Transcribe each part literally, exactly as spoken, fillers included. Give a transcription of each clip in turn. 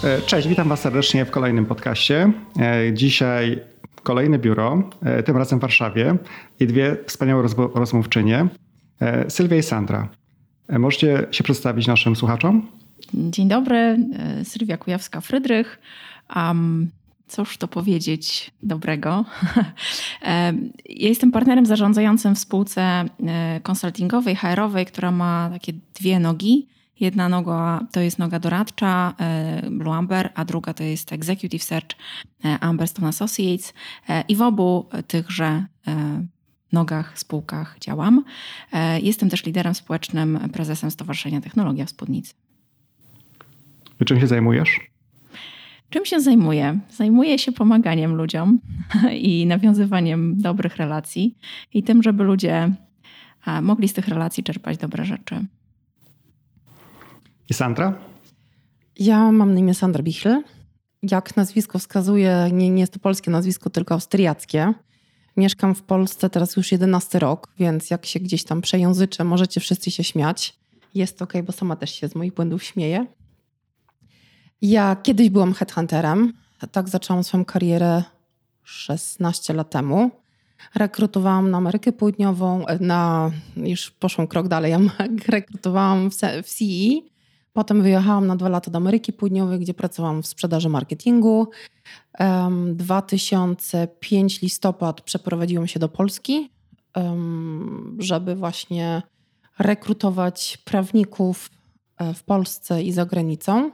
Cześć, witam Was serdecznie w kolejnym podcaście. Dzisiaj kolejne biuro, tym razem w Warszawie i dwie wspaniałe rozmówczynie, Sylwia i Sandra. Możecie się przedstawić naszym słuchaczom? Dzień dobry, Sylwia Kujawska-Frydrych. Um, cóż to powiedzieć dobrego? Ja jestem partnerem zarządzającym w spółce konsultingowej, H R-owej, która ma takie dwie nogi. Jedna noga to jest noga doradcza Blue Amber, a druga to jest Executive Search Amberstone Associates. I w obu tychże nogach, spółkach działam. Jestem też liderem społecznym, prezesem Stowarzyszenia Technologia w Spódnicy. I czym się zajmujesz? Czym się zajmuję? Zajmuję się pomaganiem ludziom i nawiązywaniem dobrych relacji i tym, żeby ludzie mogli z tych relacji czerpać dobre rzeczy. I Sandra? Ja mam na imię Sandra Bichl. Jak nazwisko wskazuje, nie, nie jest to polskie nazwisko, tylko austriackie. Mieszkam w Polsce teraz już jedenasty rok, więc jak się gdzieś tam przejęzyczę, możecie wszyscy się śmiać. Jest okej, bo sama też się z moich błędów śmieję. Ja kiedyś byłam headhunterem. Tak zaczęłam swoją karierę szesnaście lat temu. Rekrutowałam na Amerykę Południową, na, już poszłam krok dalej, ja rekrutowałam w C E. Potem wyjechałam na dwa lata do Ameryki Południowej, gdzie pracowałam w sprzedaży marketingu. Um, dwa tysiące piąty listopad przeprowadziłam się do Polski, um, żeby właśnie rekrutować prawników w Polsce i za granicą.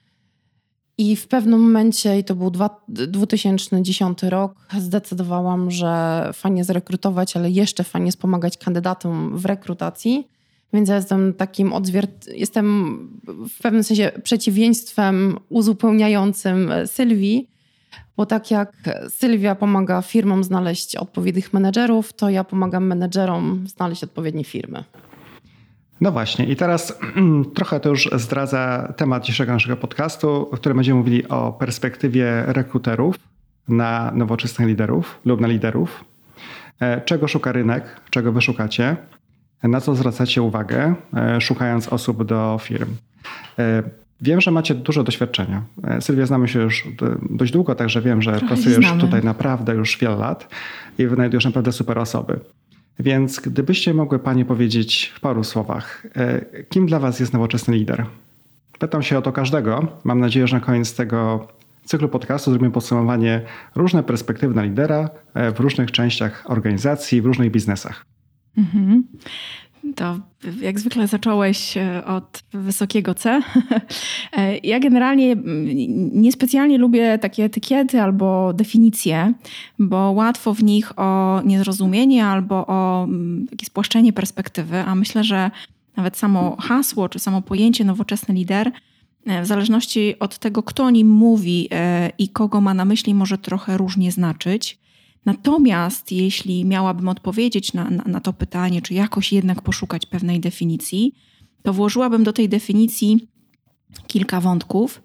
I w pewnym momencie, i to był dwa tysiące dziesiąty rok, zdecydowałam, że fajnie zrekrutować, ale jeszcze fajnie jest pomagać kandydatom w rekrutacji. Więc ja jestem takim odzwiert... jestem w pewnym sensie przeciwieństwem uzupełniającym Sylwii, bo tak jak Sylwia pomaga firmom znaleźć odpowiednich menedżerów, to ja pomagam menedżerom znaleźć odpowiednie firmy. No właśnie i teraz trochę to już zdradza temat dzisiejszego naszego podcastu, w którym będziemy mówili o perspektywie rekruterów na nowoczesnych liderów lub na liderów. Czego szuka rynek, czego wy szukacie, na co zwracacie uwagę, szukając osób do firm. Wiem, że macie dużo doświadczenia. Sylwia, znamy się już dość długo, także wiem, że Trochę pracujesz znamy. tutaj naprawdę już wiele lat i wynajdujesz naprawdę super osoby. Więc gdybyście mogły Panie powiedzieć w paru słowach, kim dla Was jest nowoczesny lider? Pytam się o to każdego. Mam nadzieję, że na koniec tego cyklu podcastu zrobimy podsumowanie różne perspektywy na lidera w różnych częściach organizacji, w różnych biznesach. Mhm. To jak zwykle zacząłeś od wysokiego C. Ja generalnie niespecjalnie lubię takie etykiety albo definicje, bo łatwo w nich o niezrozumienie albo o takie spłaszczenie perspektywy, a myślę, że nawet samo hasło czy samo pojęcie nowoczesny lider w zależności od tego, kto o nim mówi i kogo ma na myśli, może trochę różnie znaczyć. Natomiast jeśli miałabym odpowiedzieć na, na, na to pytanie, czy jakoś jednak poszukać pewnej definicji, to włożyłabym do tej definicji kilka wątków,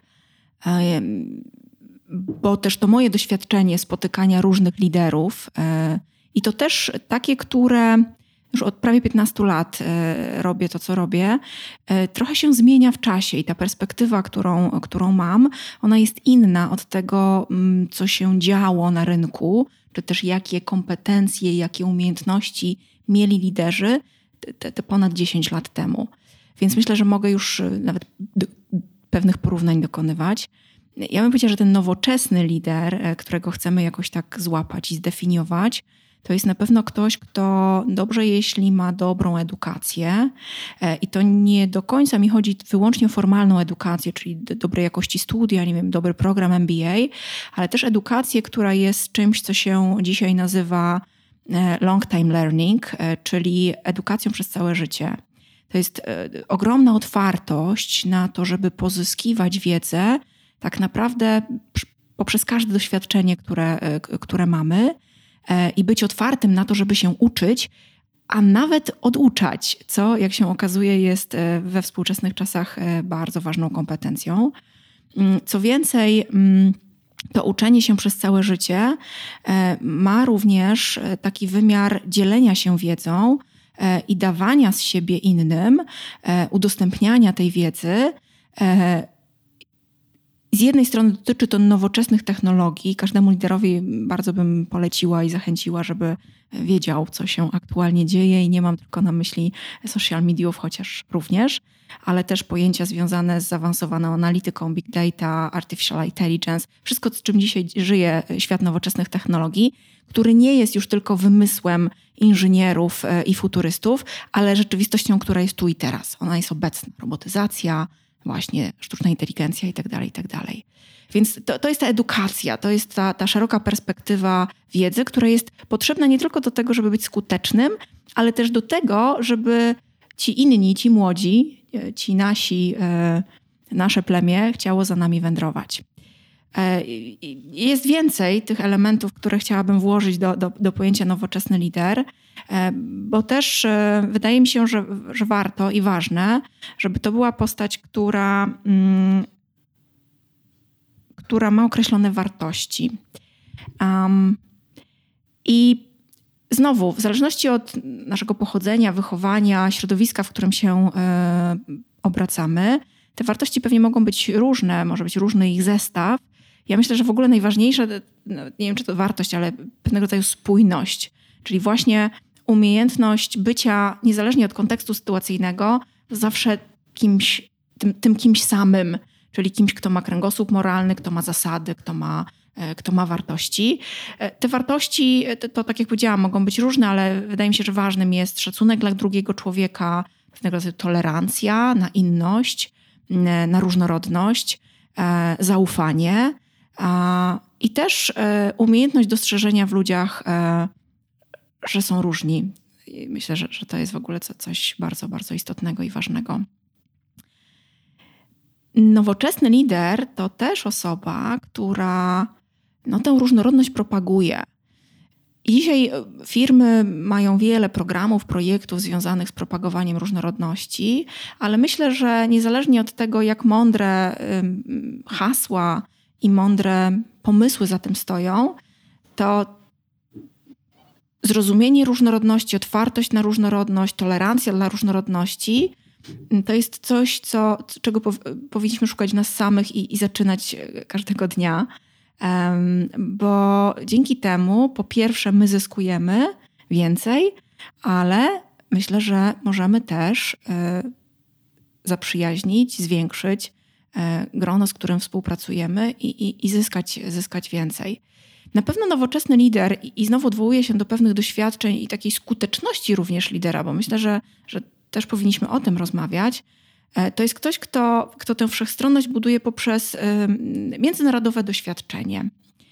bo też to moje doświadczenie spotykania różnych liderów i to też takie, które już od prawie piętnastu lat robię to, co robię, trochę się zmienia w czasie i ta perspektywa, którą, którą mam, ona jest inna od tego, co się działo na rynku, czy też jakie kompetencje, jakie umiejętności mieli liderzy te, te ponad dziesięć lat temu. Więc myślę, że mogę już nawet do, pewnych porównań dokonywać. Ja bym powiedziała, że ten nowoczesny lider, którego chcemy jakoś tak złapać i zdefiniować, to jest na pewno ktoś, kto dobrze, jeśli ma dobrą edukację i to nie do końca mi chodzi wyłącznie o formalną edukację, czyli dobrej jakości studia, nie wiem, dobry program M B A, ale też edukację, która jest czymś, co się dzisiaj nazywa long time learning, czyli edukacją przez całe życie. To jest ogromna otwartość na to, żeby pozyskiwać wiedzę tak naprawdę poprzez każde doświadczenie, które, które mamy, i być otwartym na to, żeby się uczyć, a nawet oduczać, co jak się okazuje jest we współczesnych czasach bardzo ważną kompetencją. Co więcej, to uczenie się przez całe życie ma również taki wymiar dzielenia się wiedzą i dawania z siebie innym, udostępniania tej wiedzy z jednej strony dotyczy to nowoczesnych technologii. Każdemu liderowi bardzo bym poleciła i zachęciła, żeby wiedział, co się aktualnie dzieje i nie mam tylko na myśli social mediów, chociaż również, ale też pojęcia związane z zaawansowaną analityką, big data, artificial intelligence, wszystko, z czym dzisiaj żyje świat nowoczesnych technologii, który nie jest już tylko wymysłem inżynierów i futurystów, ale rzeczywistością, która jest tu i teraz. Ona jest obecna. Robotyzacja, właśnie sztuczna inteligencja i tak dalej, i tak dalej. Więc to, to jest ta edukacja, to jest ta, ta szeroka perspektywa wiedzy, która jest potrzebna nie tylko do tego, żeby być skutecznym, ale też do tego, żeby ci inni, ci młodzi, ci nasi, nasze plemię chciało za nami wędrować. Jest więcej tych elementów, które chciałabym włożyć do, do, do pojęcia nowoczesny lider, bo też wydaje mi się, że, że warto i ważne, żeby to była postać, która, mm, która ma określone wartości. Um, I znowu, w zależności od naszego pochodzenia, wychowania, środowiska, w którym się y, obracamy, te wartości pewnie mogą być różne, może być różny ich zestaw. Ja myślę, że w ogóle najważniejsze, no, nie wiem czy to wartość, ale pewnego rodzaju spójność, czyli właśnie umiejętność bycia, niezależnie od kontekstu sytuacyjnego, zawsze kimś, tym, tym kimś samym, czyli kimś, kto ma kręgosłup moralny, kto ma zasady, kto ma, kto ma wartości. Te wartości, to, to tak jak powiedziałam, mogą być różne, ale wydaje mi się, że ważnym jest szacunek dla drugiego człowieka, pewnego rodzaju tolerancja na inność, na różnorodność, zaufanie i też umiejętność dostrzeżenia w ludziach, że są różni. Myślę, że, że to jest w ogóle coś bardzo, bardzo istotnego i ważnego. Nowoczesny lider to też osoba, która no, tę różnorodność propaguje. I dzisiaj firmy mają wiele programów, projektów związanych z propagowaniem różnorodności, ale myślę, że niezależnie od tego, jak mądre hasła i mądre pomysły za tym stoją, to zrozumienie różnorodności, otwartość na różnorodność, tolerancja dla różnorodności to jest coś, co, czego powinniśmy szukać w nas samych i, i zaczynać każdego dnia. Um, bo dzięki temu po pierwsze my zyskujemy więcej, ale myślę, że możemy też y, zaprzyjaźnić, zwiększyć y, grono, z którym współpracujemy i, i, i zyskać, zyskać więcej. Na pewno nowoczesny lider i, i znowu odwołuje się do pewnych doświadczeń i takiej skuteczności również lidera, bo myślę, że, że też powinniśmy o tym rozmawiać. To jest ktoś, kto, kto tę wszechstronność buduje poprzez y, międzynarodowe doświadczenie.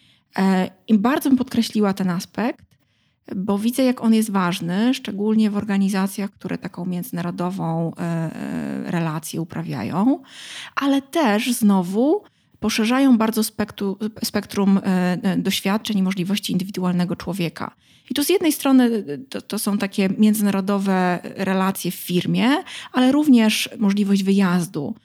I bardzo bym podkreśliła ten aspekt, bo widzę, jak on jest ważny, szczególnie w organizacjach, które taką międzynarodową y, y, relację uprawiają, ale też znowu poszerzają bardzo spektru, spektrum y, doświadczeń i możliwości indywidualnego człowieka. I tu z jednej strony to, to są takie międzynarodowe relacje w firmie, ale również możliwość wyjazdu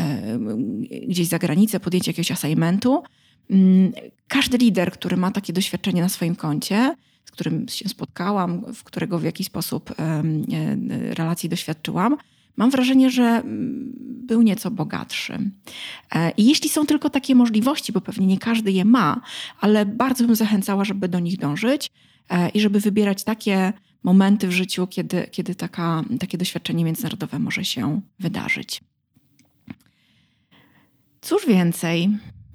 y, gdzieś za granicę, podjęcia jakiegoś assignmentu. Y, każdy lider, który ma takie doświadczenie na swoim koncie, z którym się spotkałam, w którego w jakiś sposób y, y, relacji doświadczyłam, mam wrażenie, że był nieco bogatszy. I jeśli są tylko takie możliwości, bo pewnie nie każdy je ma, ale bardzo bym zachęcała, żeby do nich dążyć i żeby wybierać takie momenty w życiu, kiedy, kiedy taka, takie doświadczenie międzynarodowe może się wydarzyć. Cóż więcej?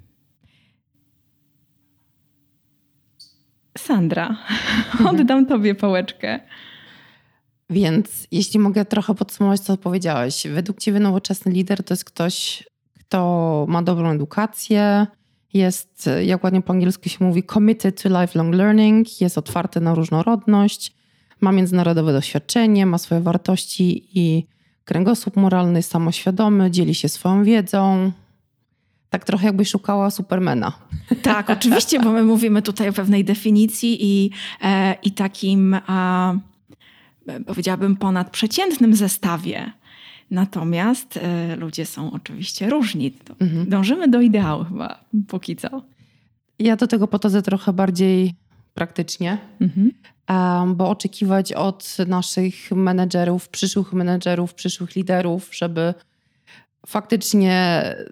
Sandra, oddam tobie pałeczkę. Więc jeśli mogę trochę podsumować, co powiedziałeś. Według ciebie nowoczesny lider to jest ktoś, kto ma dobrą edukację, jest, jak ładnie po angielsku się mówi, committed to lifelong learning, jest otwarty na różnorodność, ma międzynarodowe doświadczenie, ma swoje wartości i kręgosłup moralny, jest samoświadomy, dzieli się swoją wiedzą. Tak trochę jakbyś szukała Supermana. Tak, oczywiście, bo my mówimy tutaj o pewnej definicji i, e, i takim... A... powiedziałabym ponadprzeciętnym zestawie. Natomiast y, ludzie są oczywiście różni. To mhm. Dążymy do ideału chyba póki co. Ja do tego podchodzę trochę bardziej praktycznie, mhm. um, bo oczekiwać od naszych menedżerów, przyszłych menedżerów, przyszłych liderów, żeby faktycznie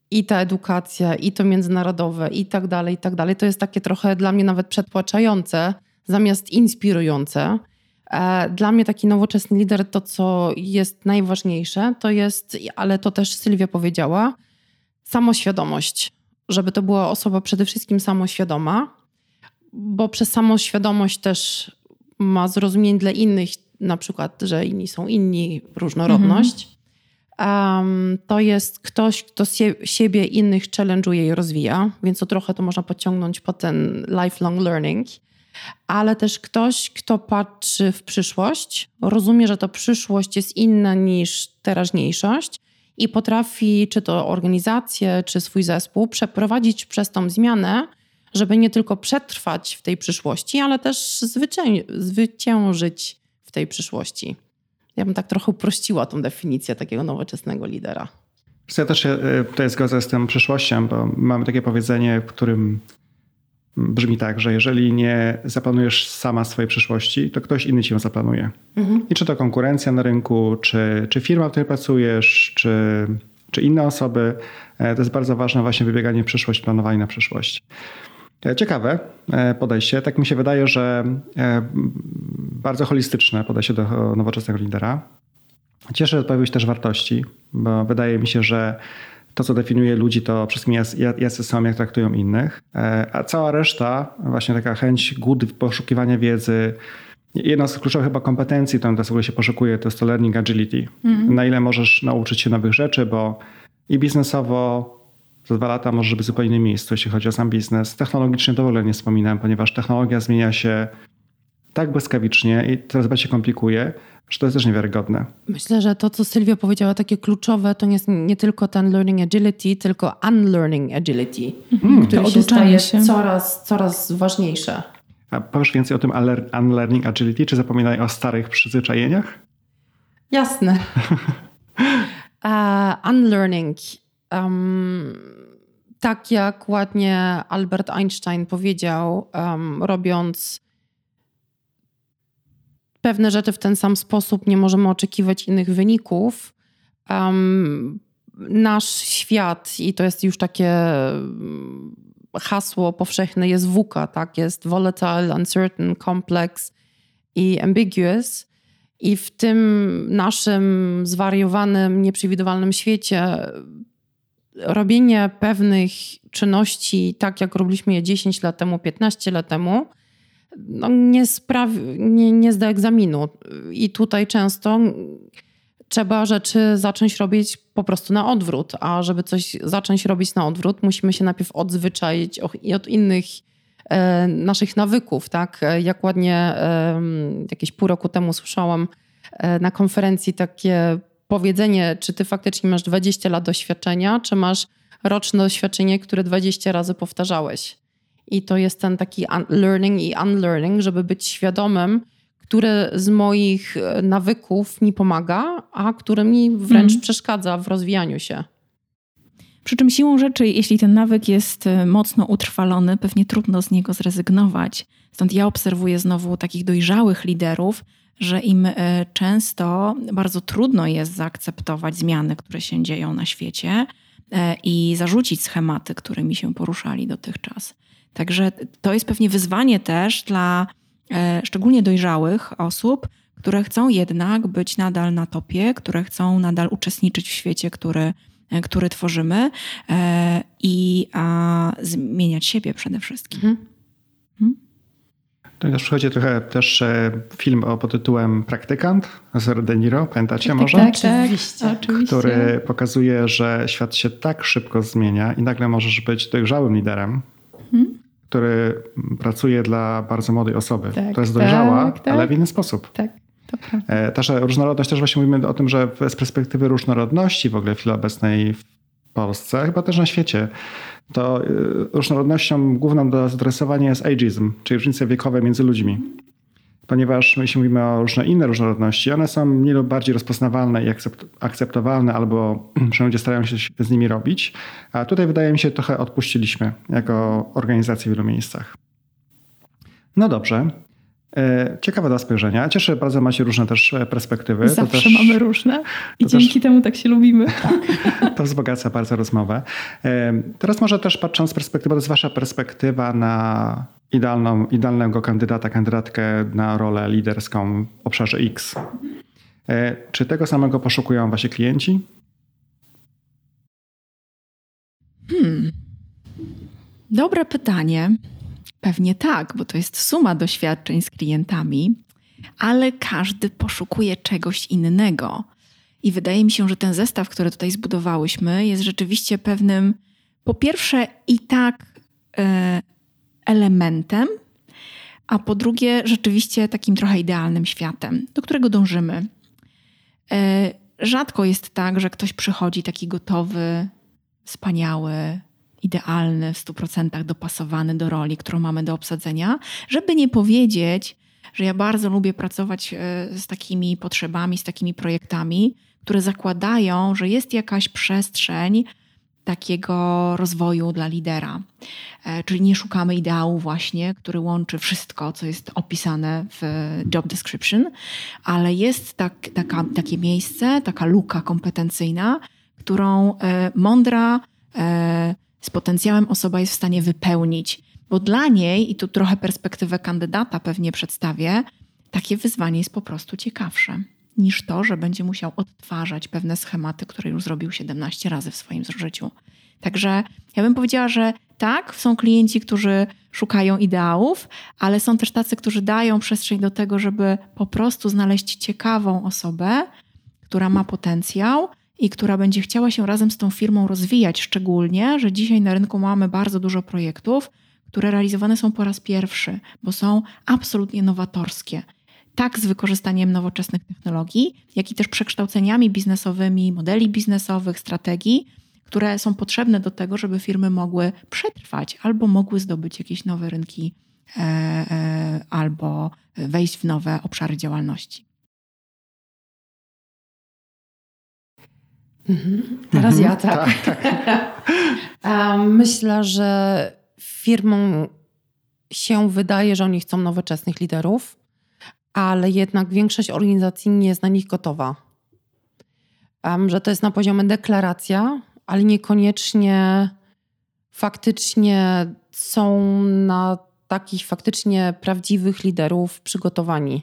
i ta edukacja, i to międzynarodowe, i tak dalej, i tak dalej. To jest takie trochę dla mnie nawet przytłaczające, zamiast inspirujące. Dla mnie taki nowoczesny lider, to co jest najważniejsze, to jest, ale to też Sylwia powiedziała, samoświadomość. Żeby to była osoba przede wszystkim samoświadoma, bo przez samoświadomość też ma zrozumienie dla innych, na przykład, że inni są inni, różnorodność. Mhm. Um, to jest ktoś, kto sie, siebie, innych challenge'uje i rozwija, więc to trochę to można pociągnąć po ten lifelong learning. Ale też ktoś, kto patrzy w przyszłość, rozumie, że ta przyszłość jest inna niż teraźniejszość i potrafi, czy to organizację, czy swój zespół, przeprowadzić przez tą zmianę, żeby nie tylko przetrwać w tej przyszłości, ale też zwycię- zwyciężyć w tej przyszłości. Ja bym tak trochę uprościła tą definicję takiego nowoczesnego lidera. Ja też się tutaj zgodzę z tą przyszłością, bo mamy takie powiedzenie, w którym brzmi tak, że jeżeli nie zaplanujesz sama swojej przyszłości, to ktoś inny ci ją zaplanuje. Mhm. I czy to konkurencja na rynku, czy, czy firma, w której pracujesz, czy, czy inne osoby, to jest bardzo ważne właśnie wybieganie w przyszłość, planowanie na przyszłość. Ciekawe podejście. Tak mi się wydaje, że bardzo holistyczne podejście do nowoczesnego lidera. Cieszę się, że pojawiły się też wartości, bo wydaje mi się, że to, co definiuje ludzi, to wszystkim jacy są, jak traktują innych. A cała reszta, właśnie taka chęć, głód poszukiwania wiedzy. Jedna z kluczowych chyba kompetencji, którą teraz w ogóle się poszukuje, to jest to learning agility. Mm. Na ile możesz nauczyć się nowych rzeczy, bo i biznesowo za dwa lata możesz być w zupełnie innym miejscu, jeśli chodzi o sam biznes. Technologicznie to w ogóle nie wspominałem, ponieważ technologia zmienia się tak błyskawicznie i coraz bardziej się komplikuje, że to jest też niewiarygodne. Myślę, że to, co Sylwia powiedziała, takie kluczowe, to nie, nie tylko ten learning agility, tylko unlearning agility, mm, który się staje się. Coraz, coraz ważniejsze. A powiesz więcej o tym unlearning agility, czy zapominaj o starych przyzwyczajeniach? Jasne. uh, unlearning. Um, tak jak ładnie Albert Einstein powiedział, um, robiąc pewne rzeczy w ten sam sposób, nie możemy oczekiwać innych wyników. Um, nasz świat, i to jest już takie hasło powszechne, jest wuka, tak? Jest volatile, uncertain, complex i ambiguous. I w tym naszym zwariowanym, nieprzewidywalnym świecie robienie pewnych czynności tak, jak robiliśmy je dziesięć lat temu, piętnaście lat temu, no nie, sprawi, nie, nie zda egzaminu. I tutaj często trzeba rzeczy zacząć robić po prostu na odwrót. A żeby coś zacząć robić na odwrót, musimy się najpierw odzwyczaić od innych e, naszych nawyków. Tak? Jak ładnie e, jakieś pół roku temu słyszałam e, na konferencji takie powiedzenie, czy ty faktycznie masz dwadzieścia lat doświadczenia, czy masz roczne doświadczenie, które dwadzieścia razy powtarzałeś. I to jest ten taki learning i unlearning, żeby być świadomym, które z moich nawyków mi pomaga, a które mi wręcz mm. przeszkadza w rozwijaniu się. Przy czym siłą rzeczy, jeśli ten nawyk jest mocno utrwalony, pewnie trudno z niego zrezygnować. Stąd ja obserwuję znowu takich dojrzałych liderów, że im często bardzo trudno jest zaakceptować zmiany, które się dzieją na świecie i zarzucić schematy, którymi się poruszali dotychczas. Także to jest pewnie wyzwanie też dla e, szczególnie dojrzałych osób, które chcą jednak być nadal na topie, które chcą nadal uczestniczyć w świecie, który, e, który tworzymy e, i a, zmieniać siebie przede wszystkim. Mhm. Hmm? To też przychodzi trochę też film o pod tytułem Praktykant z De Niro, pamiętacie tak, może? Tak, tak, oczywiście. Który pokazuje, że świat się tak szybko zmienia i nagle możesz być dojrzałym liderem, hmm? który pracuje dla bardzo młodej osoby, tak, która jest dojrzała, tak, tak. ale w inny sposób. Tak, to prawda. Też różnorodność, też właśnie mówimy o tym, że z perspektywy różnorodności w ogóle w chwili obecnej w Polsce, chyba też na świecie, to różnorodnością główną do zainteresowania jest ageism, czyli różnice wiekowe między ludźmi. Ponieważ jeśli mówimy o różne inne różnorodności, one są mniej lub bardziej rozpoznawalne i akceptowalne, albo przynajmniej starają się z nimi robić. A tutaj wydaje mi się trochę odpuściliśmy jako organizacja w wielu miejscach. No dobrze. Ciekawe do spojrzenia. Cieszę bardzo, macie różne też perspektywy. Zawsze to też, mamy różne i dzięki też, temu tak się lubimy. To wzbogaca bardzo rozmowę. Teraz może też patrząc z perspektywy, to jest wasza perspektywa na idealną, idealnego kandydata, kandydatkę na rolę liderską w obszarze X. Czy tego samego poszukują wasi klienci? Hmm. Dobre pytanie. Pewnie tak, bo to jest suma doświadczeń z klientami, ale każdy poszukuje czegoś innego. I wydaje mi się, że ten zestaw, który tutaj zbudowałyśmy, jest rzeczywiście pewnym, po pierwsze i tak e, elementem, a po drugie rzeczywiście takim trochę idealnym światem, do którego dążymy. E, rzadko jest tak, że ktoś przychodzi taki gotowy, wspaniały, idealny, w stu procentach dopasowany do roli, którą mamy do obsadzenia, żeby nie powiedzieć, że ja bardzo lubię pracować z takimi potrzebami, z takimi projektami, które zakładają, że jest jakaś przestrzeń takiego rozwoju dla lidera. Czyli nie szukamy ideału właśnie, który łączy wszystko, co jest opisane w job description, ale jest tak, taka, takie miejsce, taka luka kompetencyjna, którą mądra, z potencjałem osoba jest w stanie wypełnić. Bo dla niej, i tu trochę perspektywę kandydata pewnie przedstawię, takie wyzwanie jest po prostu ciekawsze niż to, że będzie musiał odtwarzać pewne schematy, które już zrobił siedemnaście razy w swoim życiu. Także ja bym powiedziała, że tak, są klienci, którzy szukają ideałów, ale są też tacy, którzy dają przestrzeń do tego, żeby po prostu znaleźć ciekawą osobę, która ma potencjał i która będzie chciała się razem z tą firmą rozwijać, szczególnie, że dzisiaj na rynku mamy bardzo dużo projektów, które realizowane są po raz pierwszy, bo są absolutnie nowatorskie. Tak z wykorzystaniem nowoczesnych technologii, jak i też przekształceniami biznesowymi, modeli biznesowych, strategii, które są potrzebne do tego, żeby firmy mogły przetrwać albo mogły zdobyć jakieś nowe rynki e, e, albo wejść w nowe obszary działalności. Mhm. Teraz mhm. ja, tak. tak, tak. Myślę, że firmom się wydaje, że oni chcą nowoczesnych liderów, ale jednak większość organizacji nie jest na nich gotowa. Um, że to jest na poziomie deklaracja, ale niekoniecznie faktycznie są na takich faktycznie prawdziwych liderów przygotowani.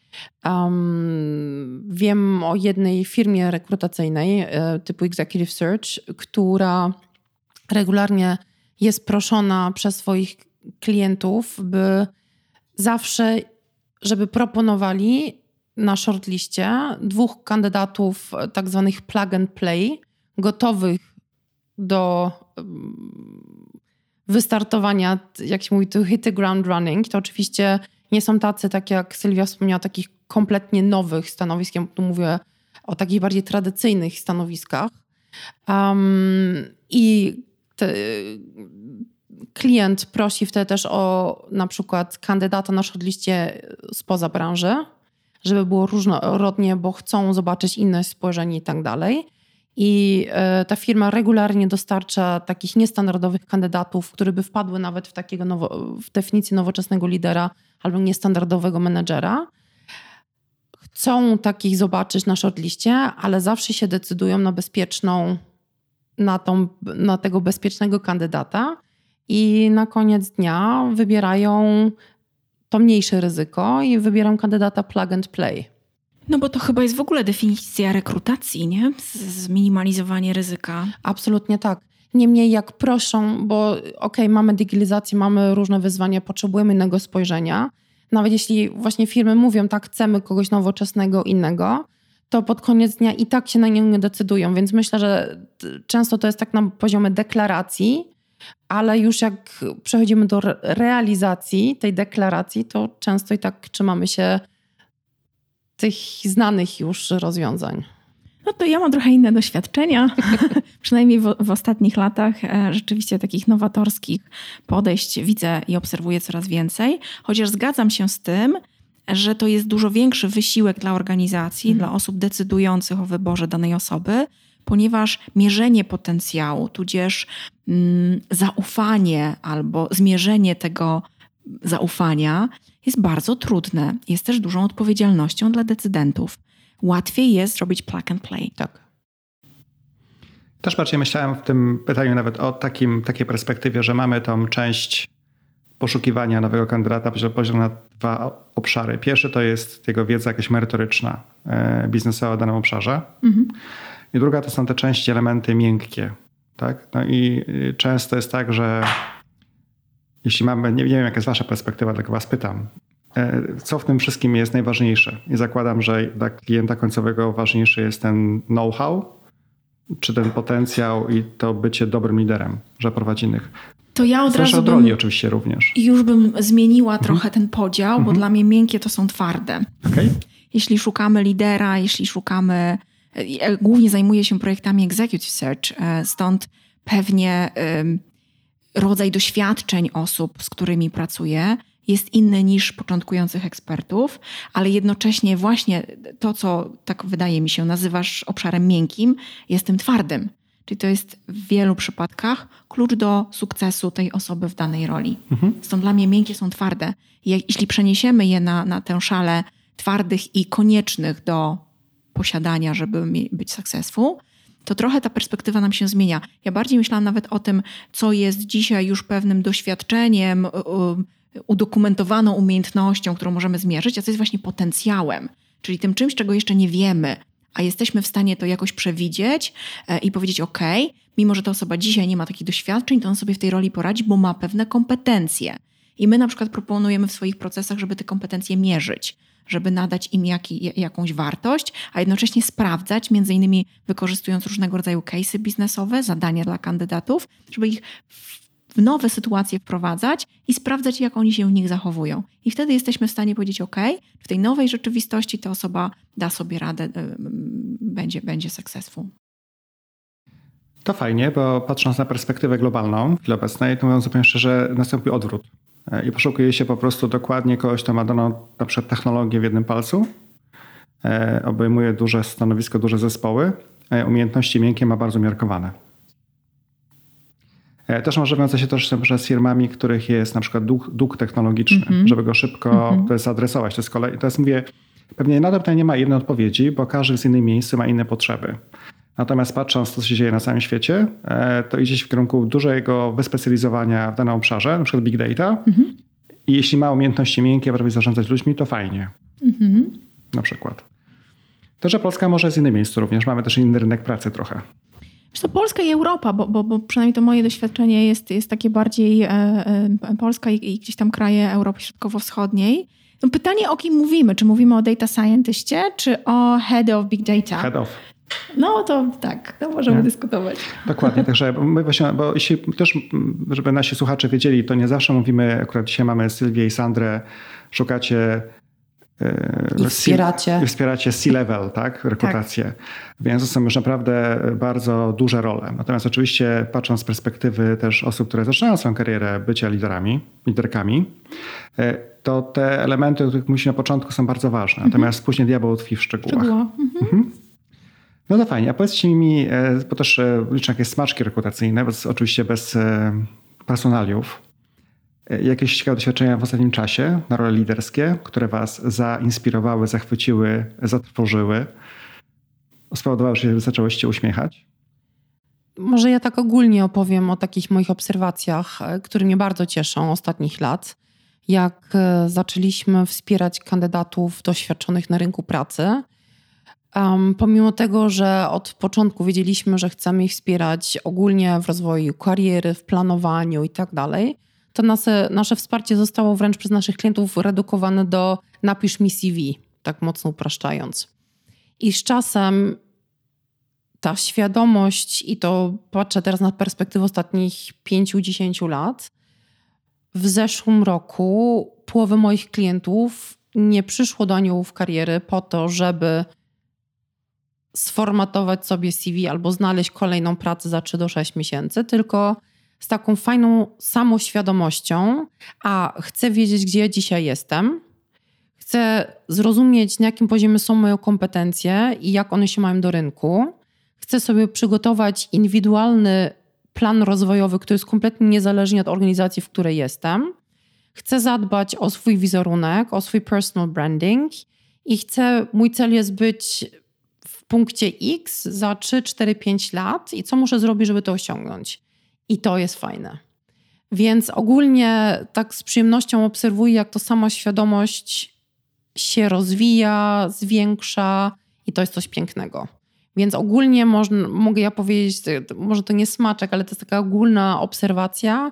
Um, wiem o jednej firmie rekrutacyjnej e, typu Executive Search, która regularnie jest proszona przez swoich klientów, by zawsze, żeby proponowali na shortliście dwóch kandydatów tak zwanych plug and play, gotowych do um, wystartowania, jak się mówi, to hit the ground running. To oczywiście nie są tacy, tak jak Sylwia wspomniała, takich kompletnie nowych stanowisk. Ja tu mówię o takich bardziej tradycyjnych stanowiskach. Um, I te, klient prosi wtedy też o na przykład kandydata na shortliście spoza branży, żeby było różnorodnie, bo chcą zobaczyć inne spojrzenie i tak dalej. I y, ta firma regularnie dostarcza takich niestandardowych kandydatów, które by wpadły nawet w takiego nowo, w definicję nowoczesnego lidera albo niestandardowego menedżera. Chcą takich zobaczyć na shortliście, ale zawsze się decydują na bezpieczną, na, tą, na tego bezpiecznego kandydata i na koniec dnia wybierają to mniejsze ryzyko i wybierają kandydata plug and play. No bo to chyba jest w ogóle definicja rekrutacji, nie? Zminimalizowanie ryzyka. Absolutnie tak. Niemniej jak proszą, bo okej, okay, mamy digitalizację, mamy różne wyzwania, potrzebujemy innego spojrzenia. Nawet jeśli właśnie firmy mówią, tak, chcemy kogoś nowoczesnego, innego, to pod koniec dnia i tak się na niego nie decydują. Więc myślę, że często to jest tak na poziomie deklaracji, ale już jak przechodzimy do realizacji tej deklaracji, to często i tak trzymamy się tych znanych już rozwiązań. No to ja mam trochę inne doświadczenia. Przynajmniej w, w ostatnich latach e, rzeczywiście takich nowatorskich podejść widzę i obserwuję coraz więcej. Chociaż zgadzam się z tym, że to jest dużo większy wysiłek dla organizacji, mm. dla osób decydujących o wyborze danej osoby, ponieważ mierzenie potencjału, tudzież mm, zaufanie albo zmierzenie tego zaufania jest bardzo trudne. Jest też dużą odpowiedzialnością dla decydentów. Łatwiej jest zrobić plug and play. Tak. Też bardziej myślałem w tym pytaniu nawet o takim, takiej perspektywie, że mamy tą część poszukiwania nowego kandydata podzielona na dwa obszary. Pierwszy to jest jego wiedza jakaś merytoryczna, e, biznesowa w danym obszarze. Mhm. I druga to są te części, elementy miękkie. Tak? No i często jest tak, że jeśli mamy, nie, nie wiem jaka jest wasza perspektywa, tylko was pytam, e, co w tym wszystkim jest najważniejsze? I zakładam, że dla klienta końcowego ważniejszy jest ten know-how, czy ten potencjał i to bycie dobrym liderem, że prowadzi innych. To ja od Zależy razu od bym, roli oczywiście również. Już bym zmieniła mhm. trochę ten podział, mhm. bo dla mnie miękkie to są twarde. Okay. Jeśli szukamy lidera, jeśli szukamy... Ja głównie zajmuję się projektami executive search, stąd pewnie rodzaj doświadczeń osób, z którymi pracuję, jest inny niż początkujących ekspertów, ale jednocześnie właśnie to, co tak wydaje mi się nazywasz obszarem miękkim, jest tym twardym. Czyli to jest w wielu przypadkach klucz do sukcesu tej osoby w danej roli. Mhm. Stąd dla mnie miękkie są twarde. I jeśli przeniesiemy je na, na tę szalę twardych i koniecznych do posiadania, żeby być successful, to trochę ta perspektywa nam się zmienia. Ja bardziej myślałam nawet o tym, co jest dzisiaj już pewnym doświadczeniem, udokumentowaną umiejętnością, którą możemy zmierzyć, a co jest właśnie potencjałem, czyli tym czymś, czego jeszcze nie wiemy, a jesteśmy w stanie to jakoś przewidzieć i powiedzieć, ok, mimo że ta osoba dzisiaj nie ma takich doświadczeń, to on sobie w tej roli poradzi, bo ma pewne kompetencje. I my na przykład proponujemy w swoich procesach, żeby te kompetencje mierzyć, żeby nadać im jaki, jakąś wartość, a jednocześnie sprawdzać, między innymi wykorzystując różnego rodzaju case'y biznesowe, zadania dla kandydatów, żeby ich w nowe sytuacje wprowadzać i sprawdzać, jak oni się w nich zachowują. I wtedy jesteśmy w stanie powiedzieć, ok, w tej nowej rzeczywistości ta osoba da sobie radę, będzie, będzie successful. To fajnie, bo patrząc na perspektywę globalną w chwili obecnej, to mówiąc zupełnie szczerze, nastąpił odwrót. I poszukuje się po prostu dokładnie kogoś, kto ma daną na przykład technologię w jednym palcu, obejmuje duże stanowisko, duże zespoły, a umiejętności miękkie ma bardzo umiarkowane. Też może wiązać się też z firmami, których jest na przykład dług, dług technologiczny, mm-hmm. żeby go szybko mm-hmm. to jest zaadresować. To jest kolej. To jest, mówię, pewnie na to pytanie nie ma jednej odpowiedzi, bo każdy z innym miejscu ma inne potrzeby. Natomiast patrząc, co się dzieje na całym świecie, to idzie w kierunku dużego wyspecjalizowania w danym obszarze, na przykład big data. Mm-hmm. I jeśli ma umiejętności miękkie, potrafi zarządzać ludźmi, to fajnie. Mm-hmm. Na przykład. To, że Polska może jest w innym miejscu również. Mamy też inny rynek pracy trochę. To Polska i Europa, bo, bo, bo przynajmniej to moje doświadczenie jest, jest takie bardziej e, e, Polska i, i gdzieś tam kraje Europy Środkowo-Wschodniej. No pytanie, o kim mówimy? Czy mówimy o data scientyście, czy o head of big data? Head of. No to tak, to możemy nie? dyskutować. Dokładnie, także my właśnie, bo jeśli też, żeby nasi słuchacze wiedzieli, to nie zawsze mówimy, akurat dzisiaj mamy Sylwię i Sandrę, szukacie I wspieracie. I wspieracie C-level, tak? Rekrutację. Tak. Więc to są już naprawdę bardzo duże role. Natomiast oczywiście patrząc z perspektywy też osób, które zaczynają swoją karierę bycia liderami, liderkami, to te elementy, o których mówiliśmy na początku, są bardzo ważne. Mhm. Natomiast później diabeł tkwi w szczegółach. Mhm. Mhm. No to fajnie. A powiedzcie mi, bo też liczę jakieś smaczki rekrutacyjne, bez, oczywiście bez personaliów. Jakieś ciekawe doświadczenia w ostatnim czasie na role liderskie, które was zainspirowały, zachwyciły, zatrwożyły, spowodowały, że zaczęłyście uśmiechać? Może ja tak ogólnie opowiem o takich moich obserwacjach, które mnie bardzo cieszą ostatnich lat. Jak zaczęliśmy wspierać kandydatów doświadczonych na rynku pracy, um, pomimo tego, że od początku wiedzieliśmy, że chcemy ich wspierać ogólnie w rozwoju kariery, w planowaniu i tak dalej, to nasze, nasze wsparcie zostało wręcz przez naszych klientów redukowane do napisz mi C V, tak mocno upraszczając. I z czasem ta świadomość, i to patrzę teraz na perspektywę ostatnich pięciu, dziesięciu lat, w zeszłym roku połowa moich klientów nie przyszło do Aniołów Kariery po to, żeby sformatować sobie C V albo znaleźć kolejną pracę za trzy do sześciu miesięcy, tylko z taką fajną samoświadomością, a chcę wiedzieć, gdzie ja dzisiaj jestem, chcę zrozumieć, na jakim poziomie są moje kompetencje i jak one się mają do rynku, chcę sobie przygotować indywidualny plan rozwojowy, który jest kompletnie niezależny od organizacji, w której jestem, chcę zadbać o swój wizerunek, o swój personal branding i chcę, mój cel jest być w punkcie X za trzy, cztery, pięć lat i co muszę zrobić, żeby to osiągnąć. I to jest fajne. Więc ogólnie tak z przyjemnością obserwuję, jak to sama świadomość się rozwija, zwiększa i to jest coś pięknego. Więc ogólnie można, mogę ja powiedzieć, może to nie smaczek, ale to jest taka ogólna obserwacja,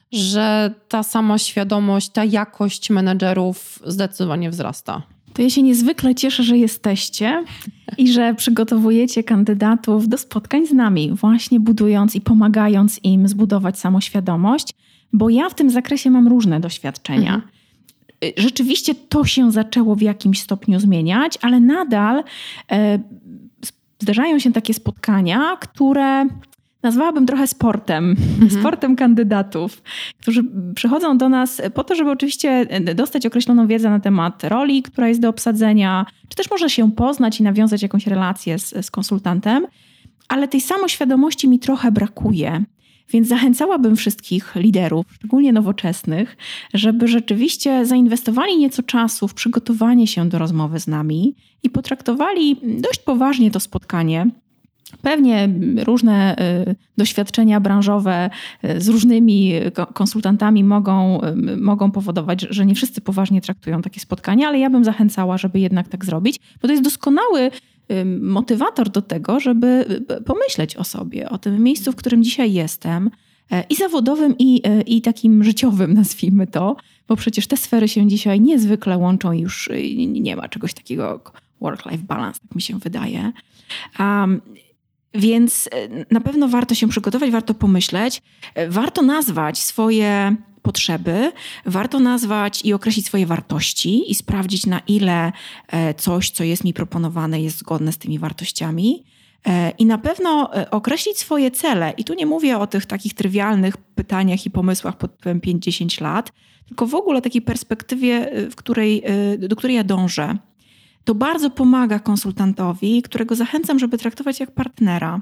że ta sama świadomość, ta jakość menedżerów zdecydowanie wzrasta. To ja się niezwykle cieszę, że jesteście i że przygotowujecie kandydatów do spotkań z nami, właśnie budując i pomagając im zbudować samoświadomość, bo ja w tym zakresie mam różne doświadczenia. Mhm. Rzeczywiście to się zaczęło w jakimś stopniu zmieniać, ale nadal e, zdarzają się takie spotkania, które nazwałabym trochę sportem, mhm. sportem kandydatów, którzy przychodzą do nas po to, żeby oczywiście dostać określoną wiedzę na temat roli, która jest do obsadzenia, czy też może się poznać i nawiązać jakąś relację z, z konsultantem, ale tej samoświadomości mi trochę brakuje. Więc zachęcałabym wszystkich liderów, szczególnie nowoczesnych, żeby rzeczywiście zainwestowali nieco czasu w przygotowanie się do rozmowy z nami i potraktowali dość poważnie to spotkanie. Pewnie różne y, doświadczenia branżowe y, z różnymi konsultantami mogą, y, mogą powodować, że nie wszyscy poważnie traktują takie spotkania, ale ja bym zachęcała, żeby jednak tak zrobić, bo to jest doskonały motywator do tego, żeby pomyśleć o sobie, o tym miejscu, w którym dzisiaj jestem, i zawodowym, i, i takim życiowym, nazwijmy to, bo przecież te sfery się dzisiaj niezwykle łączą i już nie ma czegoś takiego work-life balance, tak mi się wydaje. Um, więc na pewno warto się przygotować, warto pomyśleć, warto nazwać swoje potrzeby, warto nazwać i określić swoje wartości i sprawdzić, na ile coś, co jest mi proponowane, jest zgodne z tymi wartościami. I na pewno określić swoje cele. I tu nie mówię o tych takich trywialnych pytaniach i pomysłach pod tytułem pięć dziesięć lat, tylko w ogóle takiej perspektywie, w której, do której ja dążę. To bardzo pomaga konsultantowi, którego zachęcam, żeby traktować jak partnera,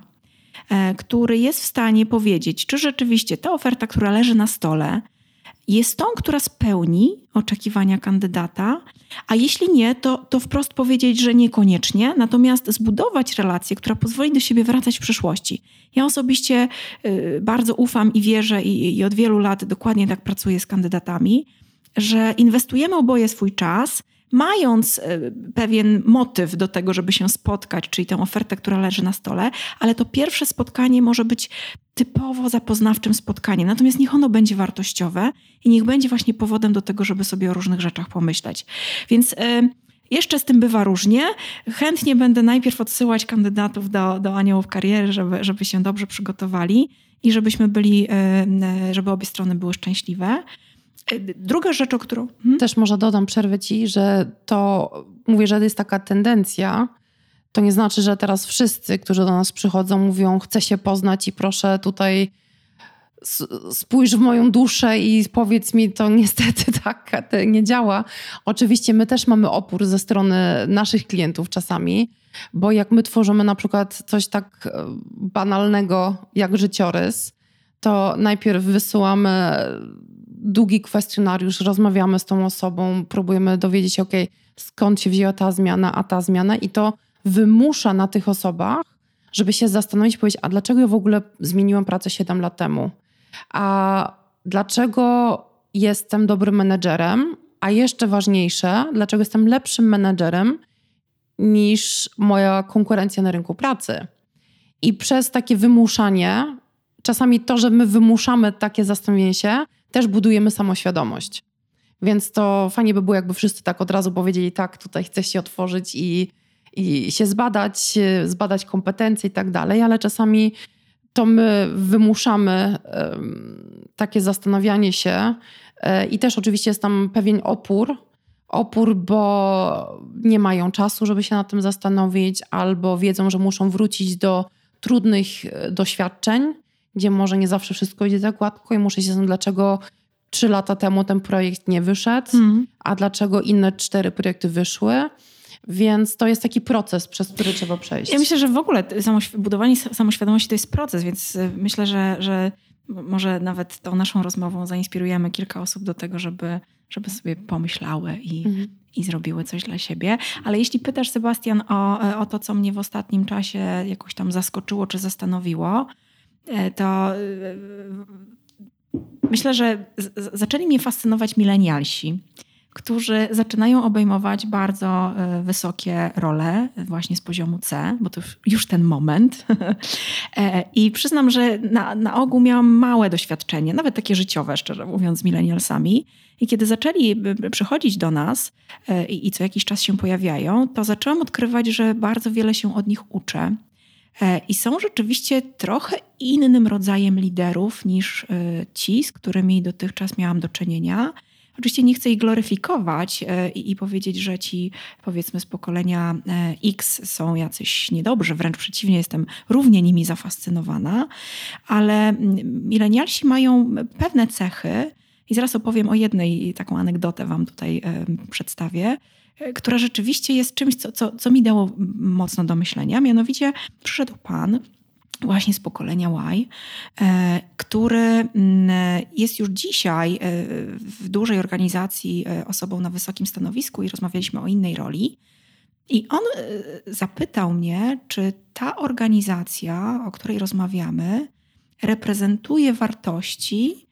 który jest w stanie powiedzieć, czy rzeczywiście ta oferta, która leży na stole, jest tą, która spełni oczekiwania kandydata, a jeśli nie, to, to wprost powiedzieć, że niekoniecznie, natomiast zbudować relację, która pozwoli do siebie wracać w przyszłości. Ja osobiście y, bardzo ufam i wierzę i, i od wielu lat dokładnie tak pracuję z kandydatami, że inwestujemy oboje swój czas, mając pewien motyw do tego, żeby się spotkać, czyli tę ofertę, która leży na stole, ale to pierwsze spotkanie może być typowo zapoznawczym spotkaniem. Natomiast niech ono będzie wartościowe i niech będzie właśnie powodem do tego, żeby sobie o różnych rzeczach pomyśleć. Więc y, jeszcze z tym bywa różnie. Chętnie będę najpierw odsyłać kandydatów do, do Aniołów Kariery, żeby, żeby się dobrze przygotowali i żebyśmy byli, y, żeby obie strony były szczęśliwe. Druga rzecz, o którą... Hmm? Też może dodam, przerwę ci, że to, mówię, że jest taka tendencja, to nie znaczy, że teraz wszyscy, którzy do nas przychodzą, mówią, chcę się poznać i proszę tutaj spójrz w moją duszę i powiedz mi, to niestety tak nie działa. Oczywiście my też mamy opór ze strony naszych klientów czasami, bo jak my tworzymy na przykład coś tak banalnego jak życiorys, to najpierw wysyłamy długi kwestionariusz, rozmawiamy z tą osobą, próbujemy dowiedzieć się, okej, skąd się wzięła ta zmiana, a ta zmiana i to wymusza na tych osobach, żeby się zastanowić i powiedzieć, a dlaczego ja w ogóle zmieniłam pracę siedem lat temu? A dlaczego jestem dobrym menedżerem? A jeszcze ważniejsze, dlaczego jestem lepszym menedżerem niż moja konkurencja na rynku pracy? I przez takie wymuszanie, czasami to, że my wymuszamy takie zastanowienie się, też budujemy samoświadomość. Więc to fajnie by było, jakby wszyscy tak od razu powiedzieli, tak, tutaj chcę się otworzyć i, i się zbadać, zbadać kompetencje i tak dalej, ale czasami to my wymuszamy um, takie zastanawianie się um, i też oczywiście jest tam pewien opór, opór, bo nie mają czasu, żeby się nad tym zastanowić, albo wiedzą, że muszą wrócić do trudnych doświadczeń, gdzie może nie zawsze wszystko idzie tak gładko i muszę się zastanowić, dlaczego trzy lata temu ten projekt nie wyszedł, mm. a dlaczego inne cztery projekty wyszły. Więc to jest taki proces, przez który trzeba przejść. Ja myślę, że w ogóle budowanie samoświadomości to jest proces, więc myślę, że, że może nawet tą naszą rozmową zainspirujemy kilka osób do tego, żeby, żeby sobie pomyślały i, mhm. i zrobiły coś dla siebie. Ale jeśli pytasz, Sebastian, o, o to, co mnie w ostatnim czasie jakoś tam zaskoczyło czy zastanowiło, to myślę, że z- zaczęli mnie fascynować milenialsi, którzy zaczynają obejmować bardzo wysokie role właśnie z poziomu C, bo to już ten moment. I przyznam, że na, na ogół miałam małe doświadczenie, nawet takie życiowe, szczerze mówiąc, z milenialsami. I kiedy zaczęli przychodzić do nas i, i co jakiś czas się pojawiają, to zaczęłam odkrywać, że bardzo wiele się od nich uczę. I są rzeczywiście trochę innym rodzajem liderów niż ci, z którymi dotychczas miałam do czynienia. Oczywiście nie chcę ich gloryfikować i, i powiedzieć, że ci, powiedzmy, z pokolenia X są jacyś niedobrzy. Wręcz przeciwnie, jestem równie nimi zafascynowana. Ale milenialsi mają pewne cechy i zaraz opowiem o jednej, taką anegdotę wam tutaj przedstawię, która rzeczywiście jest czymś, co, co, co mi dało mocno do myślenia. Mianowicie przyszedł pan właśnie z pokolenia Y, który jest już dzisiaj w dużej organizacji osobą na wysokim stanowisku i rozmawialiśmy o innej roli. I on zapytał mnie, czy ta organizacja, o której rozmawiamy, reprezentuje wartości,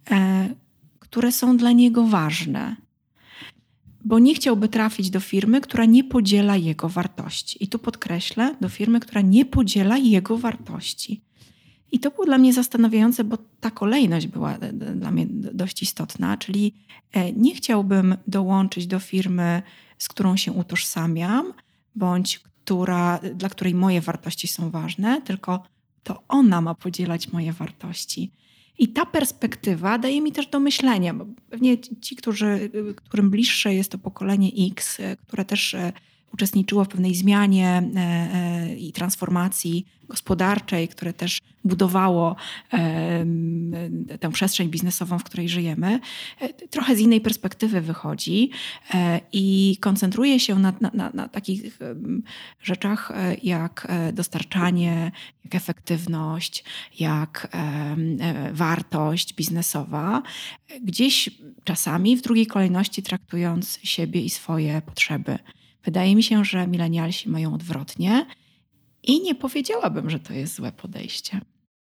które są dla niego ważne. Bo nie chciałby trafić do firmy, która nie podziela jego wartości. I tu podkreślę, do firmy, która nie podziela jego wartości. I to było dla mnie zastanawiające, bo ta kolejność była dla mnie dość istotna, czyli nie chciałbym dołączyć do firmy, z którą się utożsamiam, bądź która, dla której moje wartości są ważne, tylko to ona ma podzielać moje wartości. I ta perspektywa daje mi też do myślenia, bo pewnie ci, którzy, którym bliższe jest to pokolenie X, które też uczestniczyło w pewnej zmianie i transformacji gospodarczej, które też budowało tę przestrzeń biznesową, w której żyjemy, trochę z innej perspektywy wychodzi i koncentruje się na, na, na takich rzeczach jak dostarczanie, jak efektywność, jak wartość biznesowa, gdzieś czasami w drugiej kolejności traktując siebie i swoje potrzeby. Wydaje mi się, że milenialsi mają odwrotnie i nie powiedziałabym, że to jest złe podejście.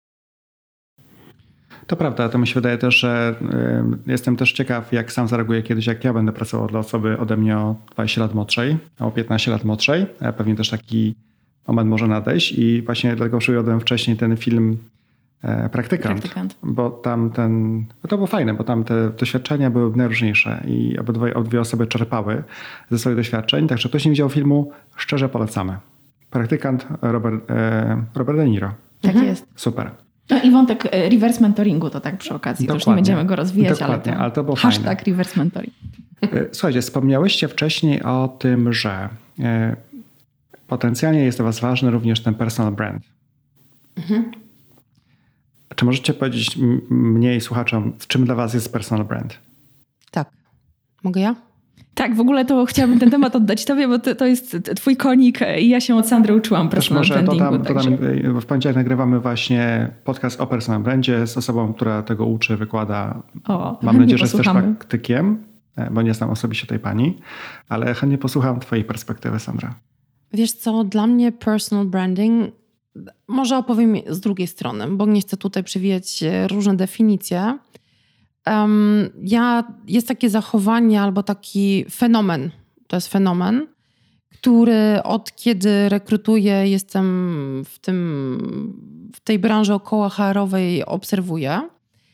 To prawda, to mi się wydaje też, że y, jestem też ciekaw, jak sam zareaguję kiedyś, jak ja będę pracował dla osoby ode mnie o dwadzieścia lat młodszej, o piętnaście lat młodszej. Pewnie też taki moment może nadejść i właśnie dlatego przywiodłem wcześniej ten film e, Praktykant, Praktykant, bo tam ten, to było fajne, bo tam te doświadczenia były najróżniejsze i obydwie, obydwie osoby czerpały ze swoich doświadczeń, także ktoś nie widział filmu, szczerze polecamy. Praktykant Robert, e, Robert De Niro. Tak mhm. jest. Super. No i wątek reverse mentoringu to tak przy okazji, to już nie będziemy go rozwijać, Dokładnie, ale, to, ale to było hashtag fajne. reverse mentoring. Słuchajcie, wspomniałyście wcześniej o tym, że e, potencjalnie jest dla was ważny również ten personal brand. Mhm. Czy możecie powiedzieć mnie i słuchaczom, czym dla was jest personal brand? Tak. Mogę ja? Tak, w ogóle to chciałabym ten temat oddać tobie, bo to, to jest twój konik i ja się od Sandry uczyłam personal brandingu. Dodam, dodam, w poniedziałek nagrywamy właśnie podcast o personal brandzie z osobą, która tego uczy, wykłada. O, Mam nadzieję, że jest też praktykiem, bo nie znam osobiście tej pani, ale chętnie posłucham twojej perspektywy, Sandra. Wiesz co, dla mnie personal branding, może opowiem z drugiej strony, bo nie chcę tutaj przywijać różne definicje. Um, ja, jest takie zachowanie albo taki fenomen, to jest fenomen, który od kiedy rekrutuję, jestem w, tym, w tej branży około H R-owej, obserwuję.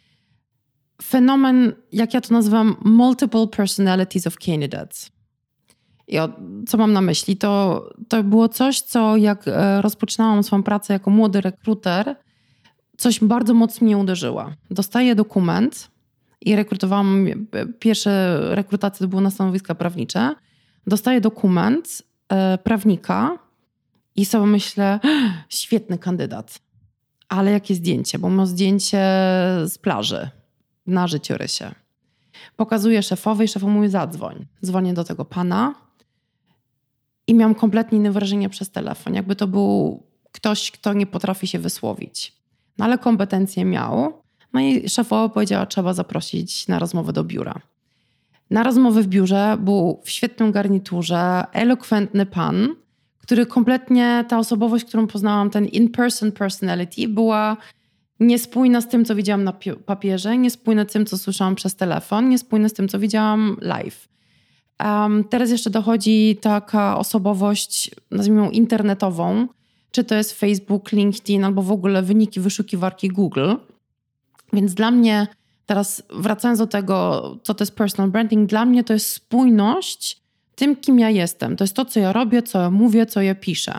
Fenomen, jak ja to nazywam, multiple personalities of candidates. I o, co mam na myśli? To, to było coś, co jak rozpoczynałam swoją pracę jako młody rekruter, coś bardzo mocno mnie uderzyło. Dostaję dokument i rekrutowałam, pierwsze rekrutacje to były na stanowiska prawnicze. Dostaję dokument e, prawnika i sobie myślę, świetny kandydat. Ale jakie zdjęcie? Bo mam zdjęcie z plaży na życiorysie. Pokazuję szefowej, szefowi mówi zadzwoń. Dzwonię do tego pana i miałam kompletnie inne wrażenie przez telefon. Jakby to był ktoś, kto nie potrafi się wysłowić. No ale kompetencje miał. No i szefowa powiedziała, trzeba zaprosić na rozmowę do biura. Na rozmowę w biurze był w świetnym garniturze, elokwentny pan, który kompletnie, ta osobowość, którą poznałam, ten in-person personality, była niespójna z tym, co widziałam na papierze, niespójna z tym, co słyszałam przez telefon, niespójna z tym, co widziałam live. Um, teraz jeszcze dochodzi taka osobowość, nazwijmy ją internetową, czy to jest Facebook, LinkedIn, albo w ogóle wyniki wyszukiwarki Google. Więc dla mnie, teraz wracając do tego, co to jest personal branding, dla mnie to jest spójność tym, kim ja jestem. To jest to, co ja robię, co ja mówię, co ja piszę.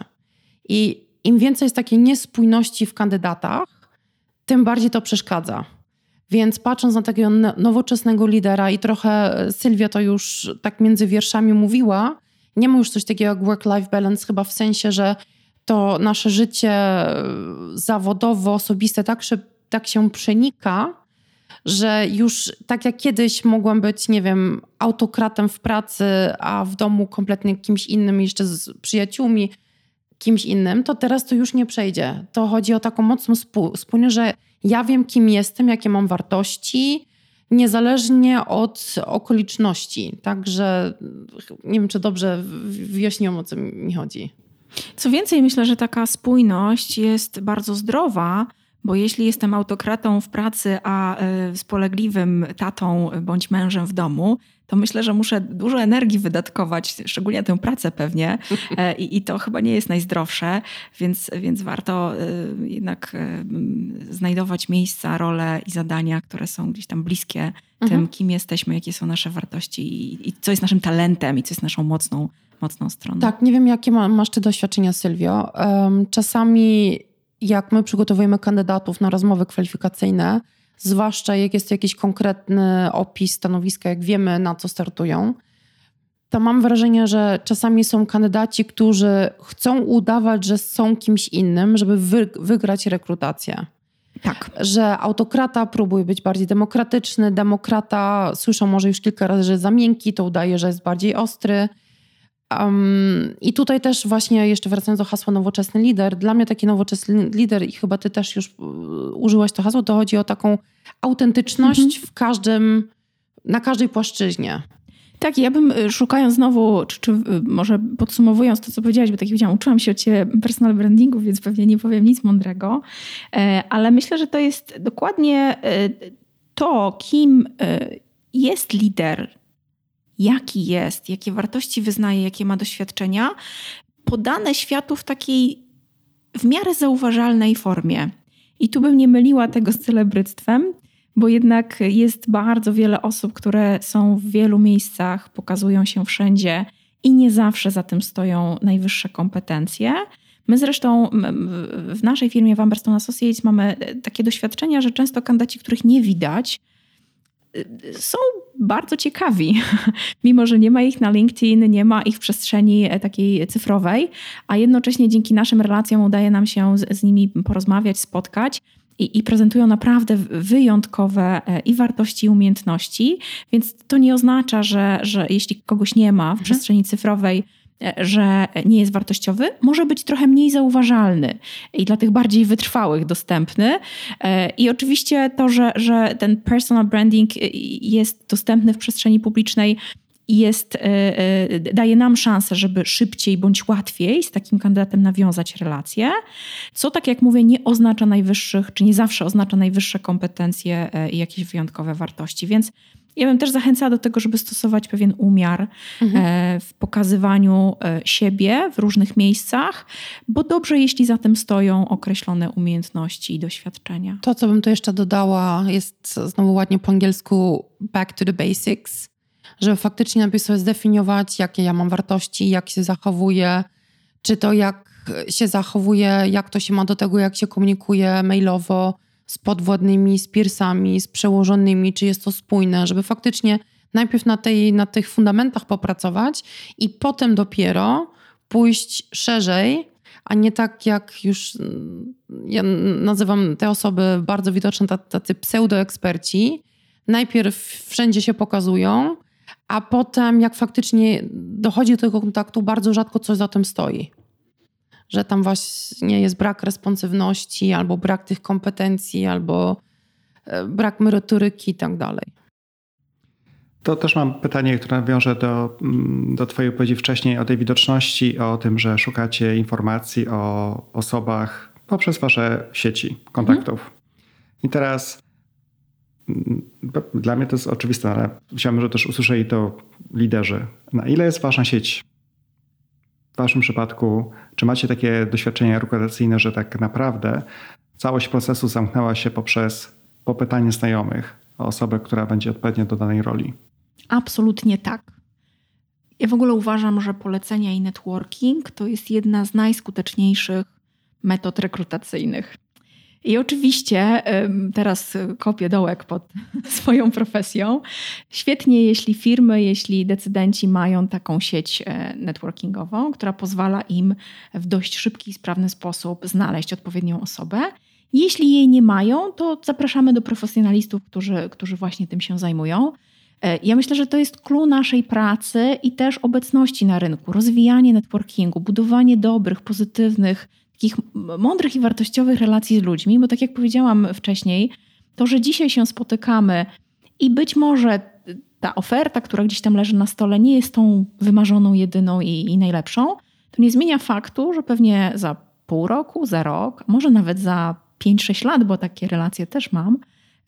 I im więcej jest takiej niespójności w kandydatach, tym bardziej to przeszkadza. Więc patrząc na takiego nowoczesnego lidera i trochę Sylwia to już tak między wierszami mówiła, nie ma już coś takiego jak work-life balance, chyba w sensie, że to nasze życie zawodowo, osobiste tak, tak się przenika, że już tak jak kiedyś mogłam być, nie wiem, autokratem w pracy, a w domu kompletnie kimś innym, jeszcze z przyjaciółmi, kimś innym, to teraz to już nie przejdzie. To chodzi o taką mocną spójność, że ja wiem, kim jestem, jakie mam wartości, niezależnie od okoliczności. Także nie wiem, czy dobrze wyjaśniłam, o co mi chodzi. Co więcej, myślę, że taka spójność jest bardzo zdrowa, bo jeśli jestem autokratą w pracy, a spolegliwym tatą bądź mężem w domu, to myślę, że muszę dużo energii wydatkować, szczególnie tę pracę pewnie i, i to chyba nie jest najzdrowsze, więc, więc warto jednak znajdować miejsca, role i zadania, które są gdzieś tam bliskie mhm. tym, kim jesteśmy, jakie są nasze wartości i, i co jest naszym talentem i co jest naszą mocną, mocną stroną. Tak, nie wiem, jakie ma, masz ty doświadczenia, Sylwio. Um, czasami jak my przygotowujemy kandydatów na rozmowy kwalifikacyjne, zwłaszcza jak jest to jakiś konkretny opis stanowiska, jak wiemy, na co startują, to mam wrażenie, że czasami są kandydaci, którzy chcą udawać, że są kimś innym, żeby wy- wygrać rekrutację. Tak. Że autokrata próbuje być bardziej demokratyczny, demokrata słyszą może już kilka razy, że jest za miękki, to udaje, że jest bardziej ostry. Um, I tutaj też właśnie jeszcze wracając do hasła nowoczesny lider, dla mnie taki nowoczesny lider i chyba ty też już użyłaś to hasło, to chodzi o taką autentyczność mhm. w każdym, na każdej płaszczyźnie. Tak, ja bym szukając znowu, czy, czy może podsumowując to, co powiedziałaś, bo tak jak powiedziałam, uczyłam się od ciebie personal brandingu, więc pewnie nie powiem nic mądrego, ale myślę, że to jest dokładnie to, kim jest lider, jaki jest, jakie wartości wyznaje, jakie ma doświadczenia, podane światu w takiej w miarę zauważalnej formie. I tu bym nie myliła tego z celebryctwem, bo jednak jest bardzo wiele osób, które są w wielu miejscach, pokazują się wszędzie i nie zawsze za tym stoją najwyższe kompetencje. My zresztą w naszej firmie w Amberstone Associates mamy takie doświadczenia, że często kandydaci, których nie widać, są bardzo ciekawi, mimo że nie ma ich na LinkedIn, nie ma ich w przestrzeni takiej cyfrowej, a jednocześnie dzięki naszym relacjom udaje nam się z, z nimi porozmawiać, spotkać i, i prezentują naprawdę wyjątkowe i wartości, i umiejętności, więc to nie oznacza, że, że jeśli kogoś nie ma w mhm. przestrzeni cyfrowej, że nie jest wartościowy, może być trochę mniej zauważalny i dla tych bardziej wytrwałych dostępny. I oczywiście to, że, że ten personal branding jest dostępny w przestrzeni publicznej, jest, daje nam szansę, żeby szybciej bądź łatwiej z takim kandydatem nawiązać relacje, co tak jak mówię nie oznacza najwyższych, czy nie zawsze oznacza najwyższe kompetencje i jakieś wyjątkowe wartości. Więc ja bym też zachęcała do tego, żeby stosować pewien umiar mhm. w pokazywaniu siebie w różnych miejscach, bo dobrze, jeśli za tym stoją określone umiejętności i doświadczenia. To, co bym tu jeszcze dodała, jest znowu ładnie po angielsku back to the basics, żeby faktycznie najpierw sobie zdefiniować, jakie ja mam wartości, jak się zachowuję, czy to jak się zachowuję, jak to się ma do tego, jak się komunikuje mailowo, z podwładnymi, z peersami, z przełożonymi, czy jest to spójne, żeby faktycznie najpierw na, tej, na tych fundamentach popracować i potem dopiero pójść szerzej, a nie tak jak już ja nazywam te osoby bardzo widoczne, tacy pseudoeksperci. Najpierw wszędzie się pokazują, a potem jak faktycznie dochodzi do tego kontaktu, bardzo rzadko coś za tym stoi. Że tam właśnie jest brak responsywności, albo brak tych kompetencji, albo brak merytoryki i tak dalej. To też mam pytanie, które nawiąże do, do twojej odpowiedzi wcześniej o tej widoczności, o tym, że szukacie informacji o osobach poprzez wasze sieci kontaktów. Mhm. I teraz dla mnie to jest oczywiste, ale chciałbym, żeby też usłyszeli to liderzy. Na ile jest ważna sieć? W waszym przypadku, czy macie takie doświadczenia rekrutacyjne, że tak naprawdę całość procesu zamknęła się poprzez popytanie znajomych o osobę, która będzie odpowiednia do danej roli? Absolutnie tak. Ja w ogóle uważam, że polecenia i networking to jest jedna z najskuteczniejszych metod rekrutacyjnych. I oczywiście teraz kopię dołek pod swoją profesją. Świetnie, jeśli firmy, jeśli decydenci mają taką sieć networkingową, która pozwala im w dość szybki i sprawny sposób znaleźć odpowiednią osobę. Jeśli jej nie mają, to zapraszamy do profesjonalistów, którzy, którzy właśnie tym się zajmują. Ja myślę, że to jest clue naszej pracy i też obecności na rynku. Rozwijanie networkingu, budowanie dobrych, pozytywnych, takich mądrych i wartościowych relacji z ludźmi, bo tak jak powiedziałam wcześniej, to, że dzisiaj się spotykamy i być może ta oferta, która gdzieś tam leży na stole, nie jest tą wymarzoną, jedyną i, i najlepszą, to nie zmienia faktu, że pewnie za pół roku, za rok, a może nawet za pięć sześć lat, bo takie relacje też mam,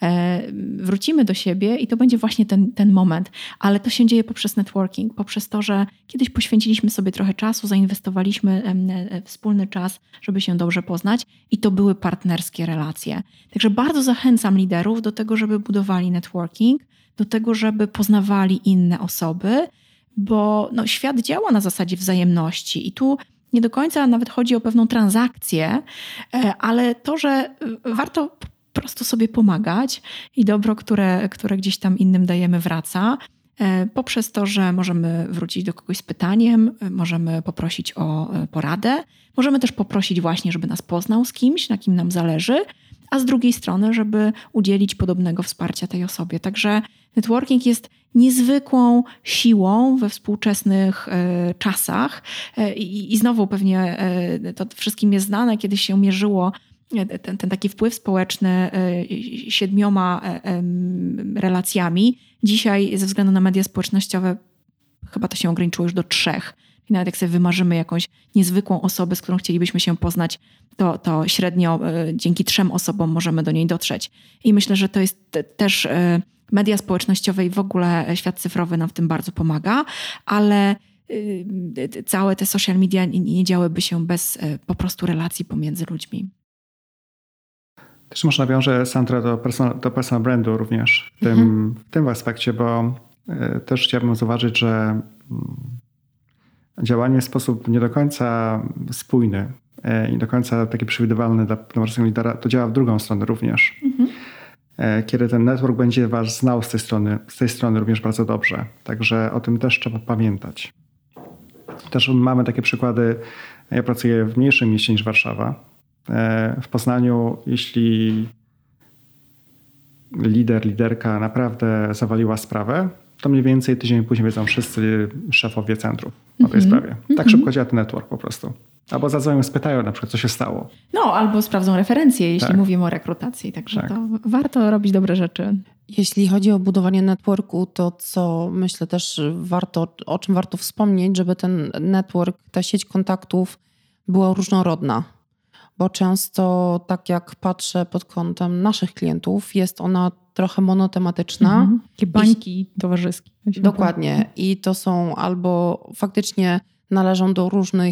wrócimy do siebie i to będzie właśnie ten, ten moment. Ale to się dzieje poprzez networking, poprzez to, że kiedyś poświęciliśmy sobie trochę czasu, zainwestowaliśmy wspólny czas, żeby się dobrze poznać i to były partnerskie relacje. Także bardzo zachęcam liderów do tego, żeby budowali networking, do tego, żeby poznawali inne osoby, bo no, świat działa na zasadzie wzajemności i tu nie do końca nawet chodzi o pewną transakcję, ale to, że warto po prostu sobie pomagać i dobro, które, które gdzieś tam innym dajemy, wraca poprzez to, że możemy wrócić do kogoś z pytaniem, możemy poprosić o poradę, możemy też poprosić właśnie, żeby nas poznał z kimś, na kim nam zależy, a z drugiej strony, żeby udzielić podobnego wsparcia tej osobie. Także networking jest niezwykłą siłą we współczesnych y, czasach y, i znowu pewnie y, to wszystkim jest znane, kiedyś się mierzyło ten, ten taki wpływ społeczny y, siedmioma y, relacjami. Dzisiaj ze względu na media społecznościowe chyba to się ograniczyło już do trzech. I nawet jak sobie wymarzymy jakąś niezwykłą osobę, z którą chcielibyśmy się poznać, to, to średnio y, dzięki trzem osobom możemy do niej dotrzeć. I myślę, że to jest te, też y, media społecznościowe i w ogóle świat cyfrowy nam w tym bardzo pomaga, ale y, y, całe te social media nie, nie działyby się bez y, po prostu relacji pomiędzy ludźmi. Też może nawiążę, Sandra, do personal, do personal brandu również w tym, mhm. w tym aspekcie, bo y, też chciałbym zauważyć, że y, działanie w sposób nie do końca spójny i nie do końca taki przewidywalny dla nowoczesnego lidera, to działa w drugą stronę również. Mhm. Kiedy ten network będzie was znał z tej strony, z tej strony również bardzo dobrze. Także o tym też trzeba pamiętać. Też mamy takie przykłady. Ja pracuję w mniejszym mieście niż Warszawa. W Poznaniu, jeśli lider, liderka naprawdę zawaliła sprawę, to mniej więcej tydzień później wiedzą wszyscy szefowie centrów o tej mm-hmm. sprawie. Tak mm-hmm. szybko działa ten network po prostu. Albo zadzwonią, spytają na przykład, co się stało. No, albo sprawdzą referencje, jeśli tak. mówimy o rekrutacji. Także tak. to warto robić dobre rzeczy. Jeśli chodzi o budowanie networku, to co myślę też warto, o czym warto wspomnieć, żeby ten network, ta sieć kontaktów była różnorodna. Bo często, tak jak patrzę pod kątem naszych klientów, jest ona trochę monotematyczna. Mhm. Takie bańki I, towarzyskie. Dokładnie. I to są albo faktycznie należą do różnych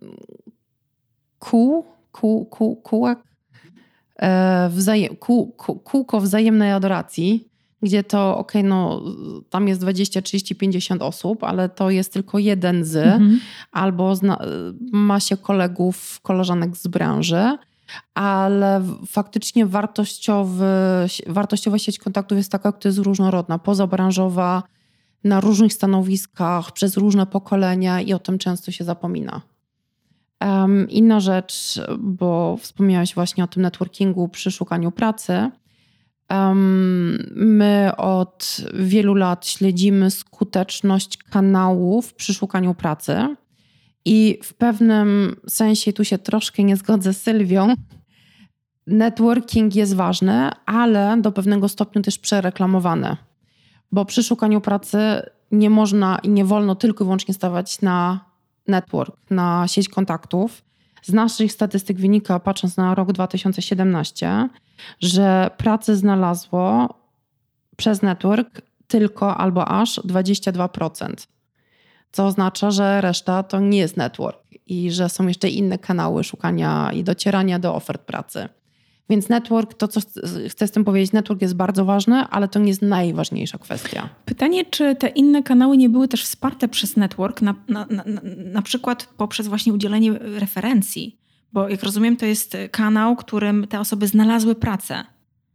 kół, kół, kół, kółek, e, wzajem, kół, kół, kółko wzajemnej adoracji, gdzie to okej, okay, no tam jest dwadzieścia, trzydzieści, pięćdziesiąt osób, ale to jest tylko jeden z, mhm. albo zna, ma się kolegów, koleżanek z branży, ale faktycznie wartościowy, wartościowa sieć kontaktów jest taka, która jest różnorodna, pozabranżowa, na różnych stanowiskach, przez różne pokolenia i o tym często się zapomina. Um, inna rzecz, bo wspomniałeś właśnie o tym networkingu przy szukaniu pracy. Um, my od wielu lat śledzimy skuteczność kanałów przy szukaniu pracy i w pewnym sensie, tu się troszkę nie zgodzę z Sylwią, networking jest ważny, ale do pewnego stopnia też przereklamowany. Bo przy szukaniu pracy nie można i nie wolno tylko i wyłącznie stawiać na network, na sieć kontaktów. Z naszych statystyk wynika, patrząc na rok dwa tysiące siedemnasty, że pracę znalazło przez network tylko albo aż dwadzieścia dwa procent. Co oznacza, że reszta to nie jest network i że są jeszcze inne kanały szukania i docierania do ofert pracy. Więc network, to co chcę z tym powiedzieć, network jest bardzo ważny, ale to nie jest najważniejsza kwestia. Pytanie, czy te inne kanały nie były też wsparte przez network, na, na, na, na przykład poprzez właśnie udzielenie referencji? Bo jak rozumiem, to jest kanał, którym te osoby znalazły pracę.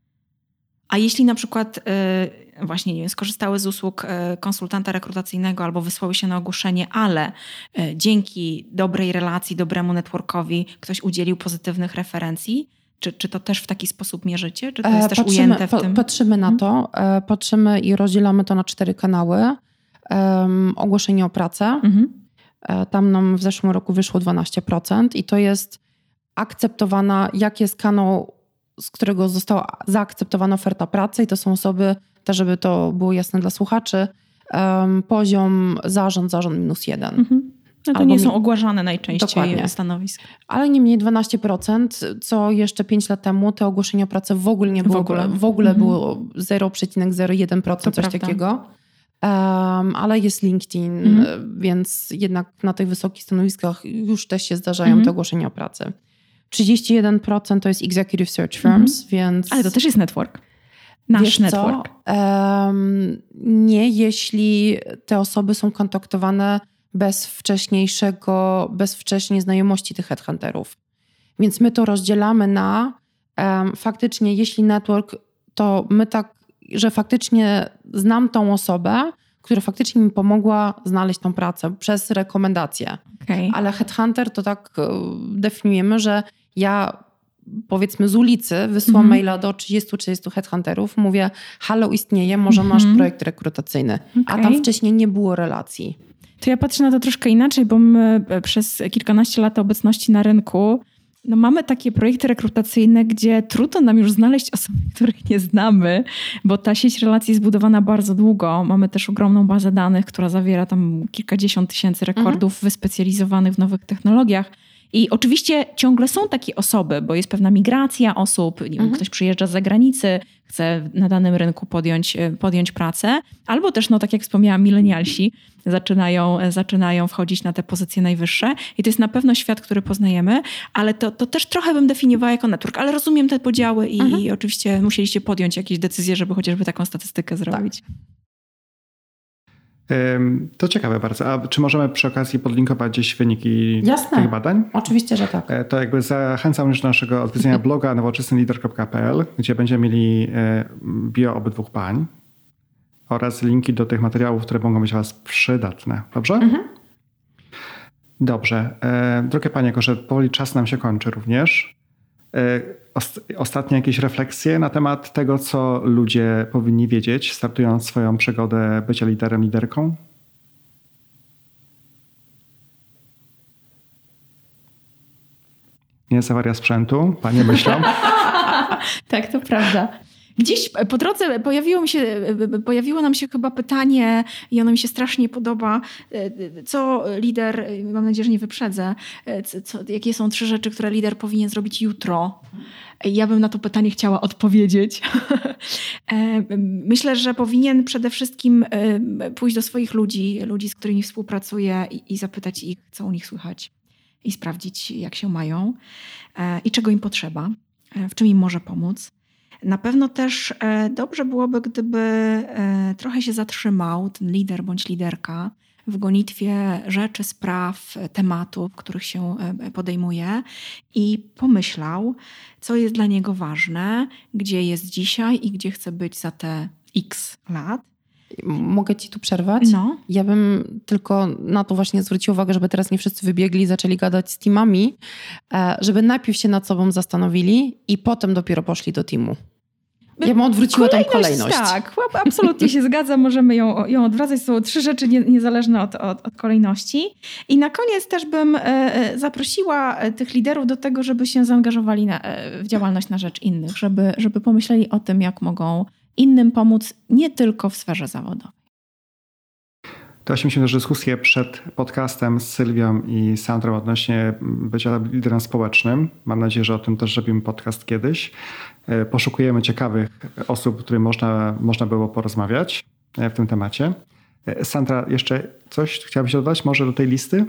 A jeśli na przykład yy, właśnie nie wiem, skorzystały z usług yy, konsultanta rekrutacyjnego albo wysłały się na ogłoszenie, ale yy, dzięki dobrej relacji, dobremu networkowi ktoś udzielił pozytywnych referencji, Czy, czy to też w taki sposób mierzycie? Czy to jest też patrzymy, ujęte w tym? Patrzymy na to. Hmm. Patrzymy i rozdzielamy to na cztery kanały. Um, ogłoszenie o pracę. Mhm. Tam nam w zeszłym roku wyszło dwanaście procent i to jest akceptowana, jak jest kanał, z którego została zaakceptowana oferta pracy i to są osoby, też żeby to było jasne dla słuchaczy, um, poziom zarząd, zarząd minus jeden. Mhm. No to Albo nie są mi... ogłaszane najczęściej Dokładnie. stanowiska. Ale nie mniej dwanaście procent, co jeszcze pięć lat temu te ogłoszenia o pracę w ogóle nie było. W ogóle, w ogóle mhm. było zero przecinek zero jeden procent, coś prawda. Takiego. Um, ale jest LinkedIn, mhm. więc jednak na tych wysokich stanowiskach już też się zdarzają mhm. te ogłoszenia o pracę. trzydzieści jeden procent to jest executive search firms, mhm. więc... Ale to też jest network. Nasz Wiesz network. Um, nie, jeśli te osoby są kontaktowane bez wcześniejszego, bez wcześniej znajomości tych headhunterów. Więc my to rozdzielamy na um, faktycznie, jeśli network, to my tak, że faktycznie znam tą osobę, która faktycznie mi pomogła znaleźć tą pracę przez rekomendacje. Okay. Ale headhunter to tak definiujemy, że ja powiedzmy z ulicy wysyłam mm-hmm. maila do trzydziestu trzydziestu headhunterów, mówię, halo, istnieje, może masz mm-hmm. projekt rekrutacyjny. Okay. A tam wcześniej nie było relacji. To ja patrzę na to troszkę inaczej, bo my przez kilkanaście lat obecności na rynku no mamy takie projekty rekrutacyjne, gdzie trudno nam już znaleźć osoby, których nie znamy, bo ta sieć relacji jest zbudowana bardzo długo. Mamy też ogromną bazę danych, która zawiera tam kilkadziesiąt tysięcy rekordów mhm. wyspecjalizowanych w nowych technologiach. I oczywiście ciągle są takie osoby, bo jest pewna migracja osób, nie wiem, mhm. ktoś przyjeżdża z zagranicy, chce na danym rynku podjąć, podjąć pracę, albo też, no tak jak wspomniałam, milenialsi zaczynają, zaczynają wchodzić na te pozycje najwyższe i to jest na pewno świat, który poznajemy, ale to, to też trochę bym definiowała jako network, ale rozumiem te podziały i, mhm. i oczywiście musieliście podjąć jakieś decyzje, żeby chociażby taką statystykę zrobić. Tak. To ciekawe bardzo. A czy możemy przy okazji podlinkować gdzieś wyniki Jasne. tych badań? Oczywiście, że tak. To jakby zachęcam już do naszego odwiedzenia bloga nowoczesny lider kropka p l, gdzie będziemy mieli bio obydwu pań oraz linki do tych materiałów, które mogą być dla Was przydatne. Dobrze? Mhm. Dobrze. Drogie Panie, jako że powoli czas nam się kończy również. Ostatnie jakieś refleksje na temat tego, co ludzie powinni wiedzieć, startując swoją przygodę bycia liderem, liderką? Nie jest awaria sprzętu, panie myślą. Tak, to prawda. Gdzieś po drodze pojawiło, mi się, pojawiło nam się chyba pytanie i ono mi się strasznie podoba. Co lider, mam nadzieję, że nie wyprzedzę, co, jakie są trzy rzeczy, które lider powinien zrobić jutro? Ja bym na to pytanie chciała odpowiedzieć. Myślę, że powinien przede wszystkim pójść do swoich ludzi, ludzi, z którymi współpracuje i, i zapytać ich, co u nich słychać i sprawdzić, jak się mają i czego im potrzeba, w czym im może pomóc. Na pewno też dobrze byłoby, gdyby trochę się zatrzymał ten lider bądź liderka w gonitwie rzeczy, spraw, tematów, których się podejmuje i pomyślał, co jest dla niego ważne, gdzie jest dzisiaj i gdzie chce być za te x lat. Mogę ci tu przerwać? No. Ja bym tylko na to właśnie zwróciła uwagę, żeby teraz nie wszyscy wybiegli i zaczęli gadać z teamami, żeby najpierw się nad sobą zastanowili i potem dopiero poszli do teamu. Ja bym odwróciła kolejność, tą kolejność. Tak, absolutnie się zgadzam. Możemy ją, ją odwracać. Są trzy rzeczy nie, niezależne od, od, od kolejności. I na koniec też bym e, zaprosiła tych liderów do tego, żeby się zaangażowali na, w działalność na rzecz innych, żeby, żeby pomyśleli o tym, jak mogą innym pomóc, nie tylko w sferze zawodowej. To mieliśmy też dyskusję przed podcastem z Sylwią i Sandrą odnośnie bycia liderem społecznym. Mam nadzieję, że o tym też robimy podcast kiedyś. Poszukujemy ciekawych osób, z którymi można, można było porozmawiać w tym temacie. Sandra, jeszcze coś chciałabyś dodać może do tej listy?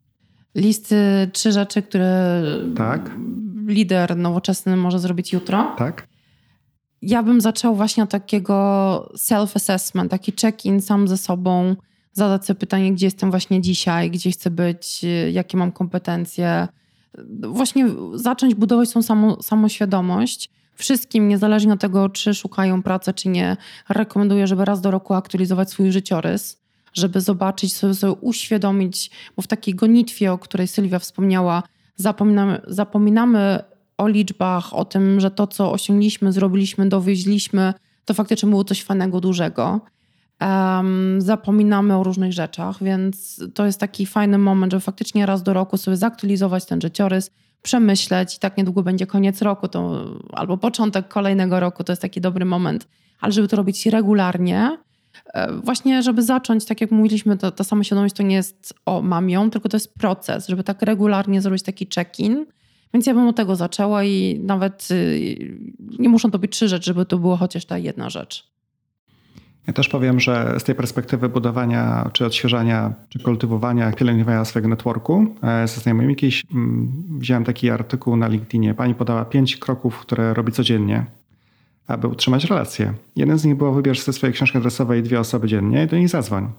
Listy, trzy rzeczy, które tak. lider nowoczesny może zrobić jutro. Tak. Ja bym zaczął właśnie od takiego self-assessment, taki check-in sam ze sobą, zadać sobie pytanie, gdzie jestem właśnie dzisiaj, gdzie chcę być, jakie mam kompetencje. Właśnie zacząć budować tą samo, samoświadomość. Wszystkim, niezależnie od tego, czy szukają pracy, czy nie, rekomenduję, żeby raz do roku aktualizować swój życiorys, żeby zobaczyć, sobie, sobie uświadomić, bo w takiej gonitwie, o której Sylwia wspomniała, zapominamy, zapominamy o liczbach, o tym, że to, co osiągnęliśmy, zrobiliśmy, dowieźliśmy, to faktycznie było coś fajnego, dużego. Um, zapominamy o różnych rzeczach, więc to jest taki fajny moment, żeby faktycznie raz do roku sobie zaktualizować ten życiorys, przemyśleć i tak niedługo będzie koniec roku to, albo początek kolejnego roku, to jest taki dobry moment, ale żeby to robić regularnie, właśnie żeby zacząć, tak jak mówiliśmy, to, ta samoświadomość to nie jest o mam ją, tylko to jest proces, żeby tak regularnie zrobić taki check-in, więc ja bym od tego zaczęła i nawet nie muszą to być trzy rzeczy, żeby to było chociaż ta jedna rzecz. Ja też powiem, że z tej perspektywy budowania, czy odświeżania, czy kultywowania, pielęgnowania swojego networku ze znajomymi, kiedyś wziąłem taki artykuł na LinkedInie. Pani podała pięć kroków, które robi codziennie, aby utrzymać relacje. Jeden z nich było: wybierz ze swojej książki adresowej dwie osoby dziennie i do nich zadzwoń.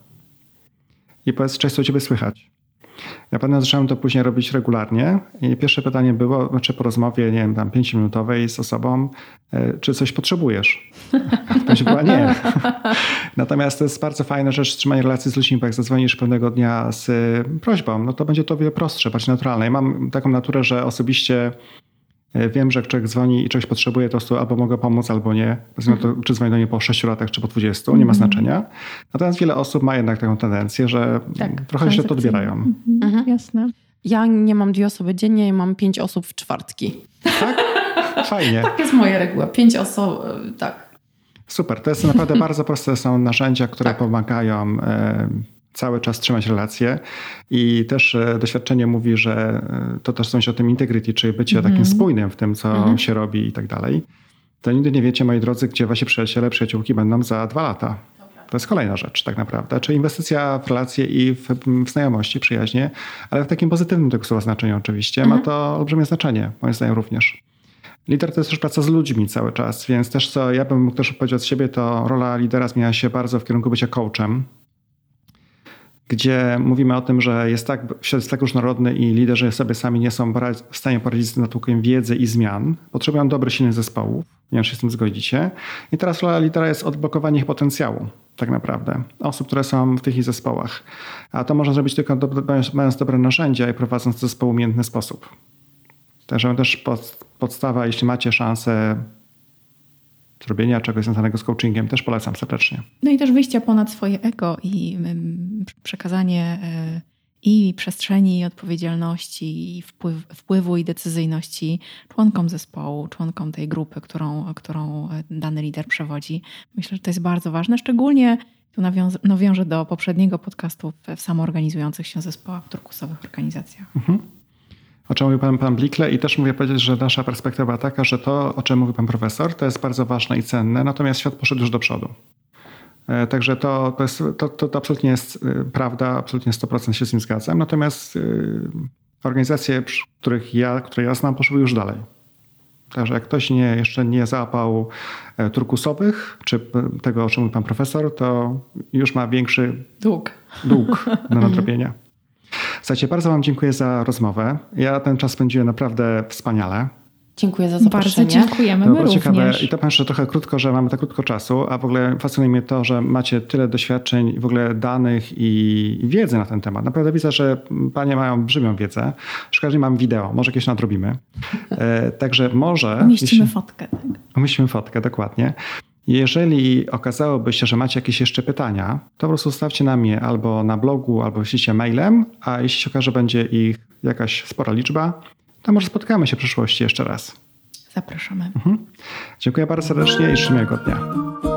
I powiedz, cześć, co u ciebie słychać. Ja pamiętam, zacząłem to później robić regularnie i pierwsze pytanie było, znaczy po rozmowie, nie wiem, tam pięciominutowej z osobą, czy coś potrzebujesz? Odpowiedź była nie. Natomiast to jest bardzo fajna rzecz, trzymanie relacji z ludźmi, bo jak zadzwonisz pewnego dnia z prośbą, no to będzie to o wiele prostsze, bardziej naturalne. Ja mam taką naturę, że osobiście wiem, że jak człowiek dzwoni i czegoś potrzebuje, to prostu albo mogę pomóc, albo nie. To, czy dzwoni do niej po sześciu latach, czy po dwudziestu, nie ma znaczenia. Natomiast wiele osób ma jednak taką tendencję, że tak, trochę się to odbierają. Mhm, jasne. Ja nie mam dwie osoby dziennie, ja mam pięć osób w czwartki. Tak? Fajnie. Tak jest moja reguła. Pięć osób, tak. Super. To jest naprawdę bardzo proste są narzędzia, które tak. pomagają y, cały czas trzymać relacje i też y, doświadczenie mówi, że y, to też coś o tym integrity, czyli bycie mm. takim spójnym w tym, co mm. się robi i tak dalej. To nigdy nie wiecie, moi drodzy, gdzie wasi przyjaciele, przyjaciółki będą za dwa lata. To jest kolejna rzecz tak naprawdę. Czyli inwestycja w relacje i w, w znajomości, przyjaźnie, ale w takim pozytywnym tego słowa znaczeniu oczywiście. Mm. Ma to olbrzymie znaczenie, moim zdaniem również. Lider to jest też praca z ludźmi cały czas, więc też co ja bym mógł też powiedzieć od siebie, to rola lidera zmienia się bardzo w kierunku bycia coachem, gdzie mówimy o tym, że jest tak, świat jest tak różnorodny i liderzy sobie sami nie są w stanie poradzić z natłokiem wiedzy i zmian. Potrzebują dobrych, silnych zespołów. Nie wiem, czy się z tym zgodzicie. I teraz rola lidera jest odblokowanie ich potencjału, tak naprawdę. Osób, które są w tych ich zespołach. A to można zrobić tylko mając dobre narzędzia i prowadząc zespół w umiejętny sposób. Także też pod, podstawa, jeśli macie szansę zrobienia czegoś związanego z coachingiem, też polecam serdecznie. No i też wyjście ponad swoje ego i przekazanie i przestrzeni, i odpowiedzialności, i wpływ, wpływu i decyzyjności członkom zespołu, członkom tej grupy, którą, którą dany lider przewodzi. Myślę, że to jest bardzo ważne, szczególnie tu nawiąż, nawiążę do poprzedniego podcastu w samoorganizujących się zespołach, w turkusowych organizacjach. Mhm. O czym mówił pan, pan Blikle i też mówię powiedzieć, że nasza perspektywa taka, że to, o czym mówi pan profesor, to jest bardzo ważne i cenne, natomiast świat poszedł już do przodu. Także to, to, jest, to, to, to absolutnie jest prawda, absolutnie sto procent się z tym zgadzam, natomiast organizacje, których ja, które ja znam, poszły już dalej. Także jak ktoś nie, jeszcze nie załapał turkusowych, czy tego, o czym mówi pan profesor, to już ma większy dług, dług do nadrobienia. Słuchajcie, bardzo wam dziękuję za rozmowę. Ja ten czas spędziłem naprawdę wspaniale. Dziękuję za zaproszenie. Bardzo dziękujemy, to my było ciekawe. również. I to powiem, że trochę krótko, że mamy tak krótko czasu, a w ogóle fascynuje mnie to, że macie tyle doświadczeń, w ogóle danych i, i wiedzy na ten temat. Naprawdę widzę, że panie mają olbrzymią wiedzę. Szkoda, że nie mam wideo, może jakieś nadrobimy. E, także może... Umieścimy jeśli, fotkę. Tak? Umieścimy fotkę, dokładnie. Jeżeli okazałoby się, że macie jakieś jeszcze pytania, to po prostu zostawcie na mnie albo na blogu, albo wyślijcie mailem, a jeśli się okaże, że będzie ich jakaś spora liczba, to może spotkamy się w przyszłości jeszcze raz. Zapraszamy. Mhm. Dziękuję bardzo serdecznie i życzę miłego dnia.